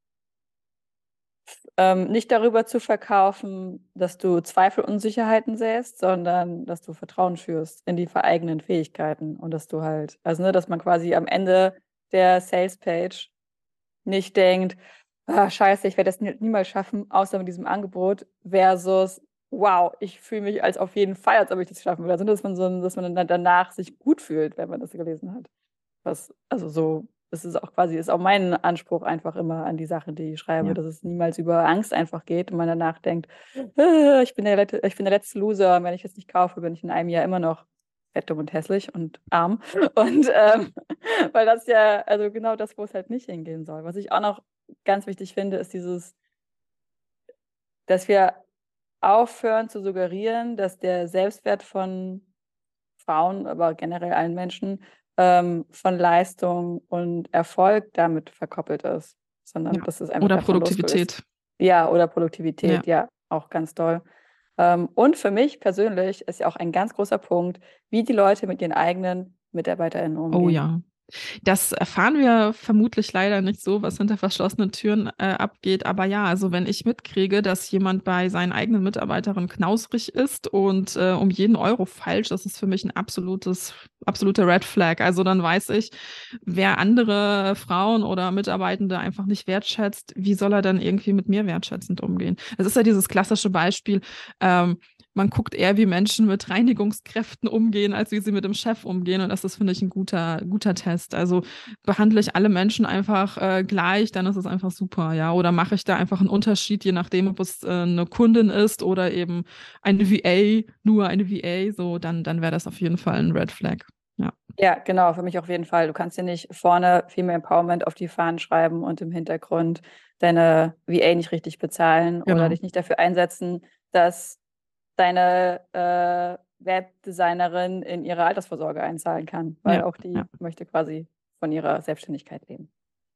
nicht darüber zu verkaufen, dass du Zweifel, Unsicherheiten säst, sondern dass du Vertrauen schürst in die eigenen Fähigkeiten und dass du halt, also ne, dass man quasi am Ende der Sales-Page nicht denkt, ah, scheiße, ich werde das niemals schaffen, außer mit diesem Angebot, versus, wow, ich fühle mich als auf jeden Fall, als ob ich das schaffen würde. Also, dass man dann danach sich gut fühlt, wenn man das gelesen hat. Also so, das ist auch quasi ist auch mein Anspruch einfach immer an die Sachen, die ich schreibe, Ja. dass es niemals über Angst einfach geht und man danach denkt: ich bin der letzte Loser und wenn ich das nicht kaufe, bin ich in einem Jahr immer noch fett, dumm und hässlich und arm.“ Und, weil das ja also genau das, wo es halt nicht hingehen soll. Was ich auch noch ganz wichtig finde, ist dass wir aufhören zu suggerieren, dass der Selbstwert von Frauen, aber generell allen Menschen, von Leistung und Erfolg damit verkoppelt ist, sondern Ja. dass es einfach Oder davon losgelöst. Produktivität. Ja, oder Ja. Produktivität, ja, auch ganz doll. Und für mich persönlich ist ja auch ein ganz großer Punkt, wie die Leute mit ihren eigenen MitarbeiterInnen Oh umgehen. ja. Das erfahren wir vermutlich leider nicht so, was hinter verschlossenen Türen, abgeht. Aber ja, also wenn ich mitkriege, dass jemand bei seinen eigenen Mitarbeiterinnen knausrig ist und, um jeden Euro feilscht, das ist für mich 'n absolute Red Flag. Also, dann weiß ich, wer andere Frauen oder Mitarbeitende einfach nicht wertschätzt, wie soll er dann irgendwie mit mir wertschätzend umgehen? Es ist ja dieses klassische Beispiel, man guckt eher, wie Menschen mit Reinigungskräften umgehen, als wie sie mit dem Chef umgehen. Und das ist, finde ich, ein guter Test. Also behandle ich alle Menschen einfach gleich, dann ist es einfach super, ja. Oder mache ich da einfach einen Unterschied, je nachdem, ob es eine Kundin ist oder eben eine VA, nur eine VA, so, dann wäre das auf jeden Fall ein Red Flag. Ja. Ja, genau, für mich auf jeden Fall. Du kannst dir nicht vorne Female Empowerment auf die Fahnen schreiben und im Hintergrund deine VA nicht richtig bezahlen oder Genau. dich nicht dafür einsetzen, dass deine, Webdesignerin in ihre Altersvorsorge einzahlen kann, weil Ja, auch ja. die möchte quasi von ihrer Selbstständigkeit leben.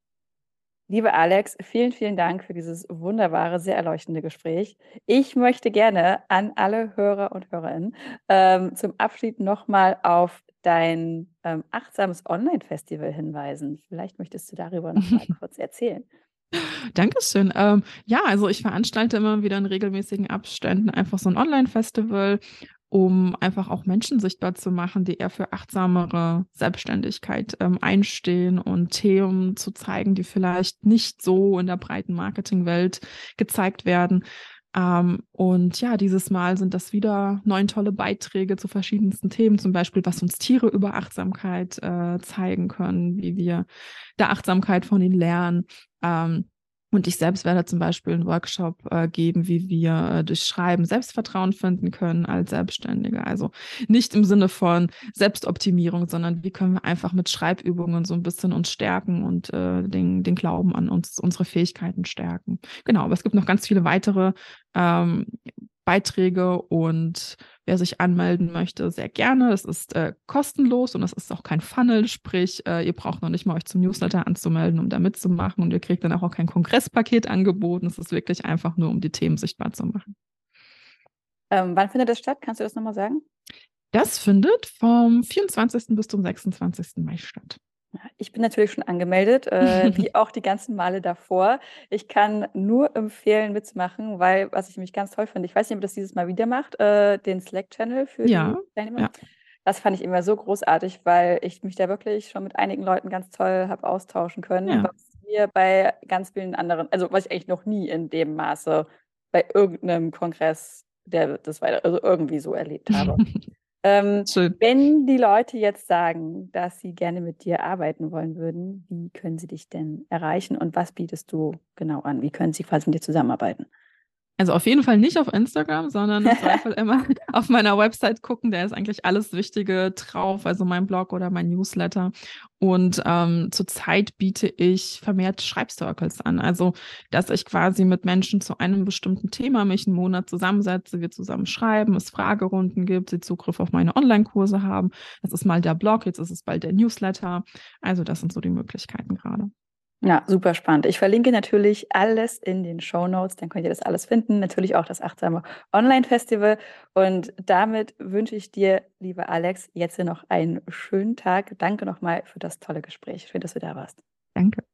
Liebe Alex, vielen, vielen Dank für dieses wunderbare, sehr erleuchtende Gespräch. Ich möchte gerne an alle Hörer und Hörerinnen, zum Abschied noch mal auf dein, achtsames Online-Festival hinweisen. Vielleicht möchtest du darüber noch mal kurz erzählen? Dankeschön. Ja, also ich veranstalte immer wieder in regelmäßigen Abständen einfach so ein Online-Festival, um einfach auch Menschen sichtbar zu machen, die eher für achtsamere Selbstständigkeit, einstehen und Themen zu zeigen, die vielleicht nicht so in der breiten Marketingwelt gezeigt werden. Und ja, dieses Mal sind das wieder 9 tolle Beiträge zu verschiedensten Themen, zum Beispiel, was uns Tiere über Achtsamkeit, zeigen können, wie wir da Achtsamkeit von ihnen lernen. Und ich selbst werde zum Beispiel einen Workshop geben, wie wir durch Schreiben Selbstvertrauen finden können als Selbstständige. Also nicht im Sinne von Selbstoptimierung, sondern wie können wir einfach mit Schreibübungen so ein bisschen uns stärken und den Glauben an uns, unsere Fähigkeiten stärken. Genau, aber es gibt noch ganz viele weitere ähm, Beiträge und wer sich anmelden möchte, sehr gerne. Es ist kostenlos und es ist auch kein Funnel, sprich, ihr braucht noch nicht mal euch zum Newsletter anzumelden, um da mitzumachen und ihr kriegt dann auch kein Kongresspaket angeboten. Es ist wirklich einfach nur, um die Themen sichtbar zu machen. Wann findet das statt? Kannst du das noch mal sagen? Das findet vom 24. bis zum 26. Mai statt. Ja, ich bin natürlich schon angemeldet, wie auch die ganzen Male davor. Ich kann nur empfehlen, mitzumachen, weil was ich nämlich ganz toll finde, ich weiß nicht, ob das dieses Mal wieder macht, den Slack-Channel für Ja, die Teilnehmer. ja, Das fand ich immer so großartig, weil ich mich da wirklich schon mit einigen Leuten ganz toll habe austauschen können, ja. was mir bei ganz vielen anderen also, was ich eigentlich noch nie in dem Maße bei irgendeinem Kongress, der das weiter also, irgendwie so erlebt habe. Ähm, Schön. wenn die Leute jetzt sagen, dass sie gerne mit dir arbeiten wollen würden, wie können sie dich denn erreichen und was bietest du genau an? Wie können sie quasi mit dir zusammenarbeiten? Also auf jeden Fall nicht auf Instagram, sondern im Zweifel immer auf meiner Website gucken. Da ist eigentlich alles Wichtige drauf, also mein Blog oder mein Newsletter. Und zurzeit biete ich vermehrt Schreibcircles an. Also, dass ich quasi mit Menschen zu einem bestimmten Thema mich einen Monat zusammensetze, wir zusammen schreiben, es Fragerunden gibt, sie Zugriff auf meine Online-Kurse haben. Das ist mal der Blog, jetzt ist es bald der Newsletter. Also das sind so die Möglichkeiten gerade. Ja, super spannend. Ich verlinke natürlich alles in den Shownotes, dann könnt ihr das alles finden. Natürlich auch das achtsame Online-Festival. Und damit wünsche ich dir, liebe Alex, jetzt noch einen schönen Tag. Danke nochmal für das tolle Gespräch. Schön, dass du da warst. Danke.